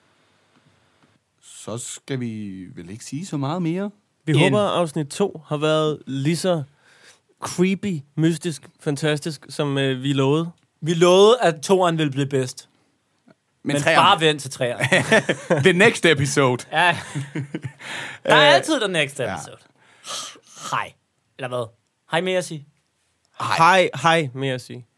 Så skal vi vel ikke sige så meget mere. Vi håber, at afsnit 2 har været lige så creepy, mystisk, fantastisk, som vi lovede. Vi lovede, at 2'eren ville blive bedst. Men bare vent til 3'eren. The next episode. Ja. Der er altid the next episode. Hej. Eller hvad? Hej med at sige. Hej med at sige.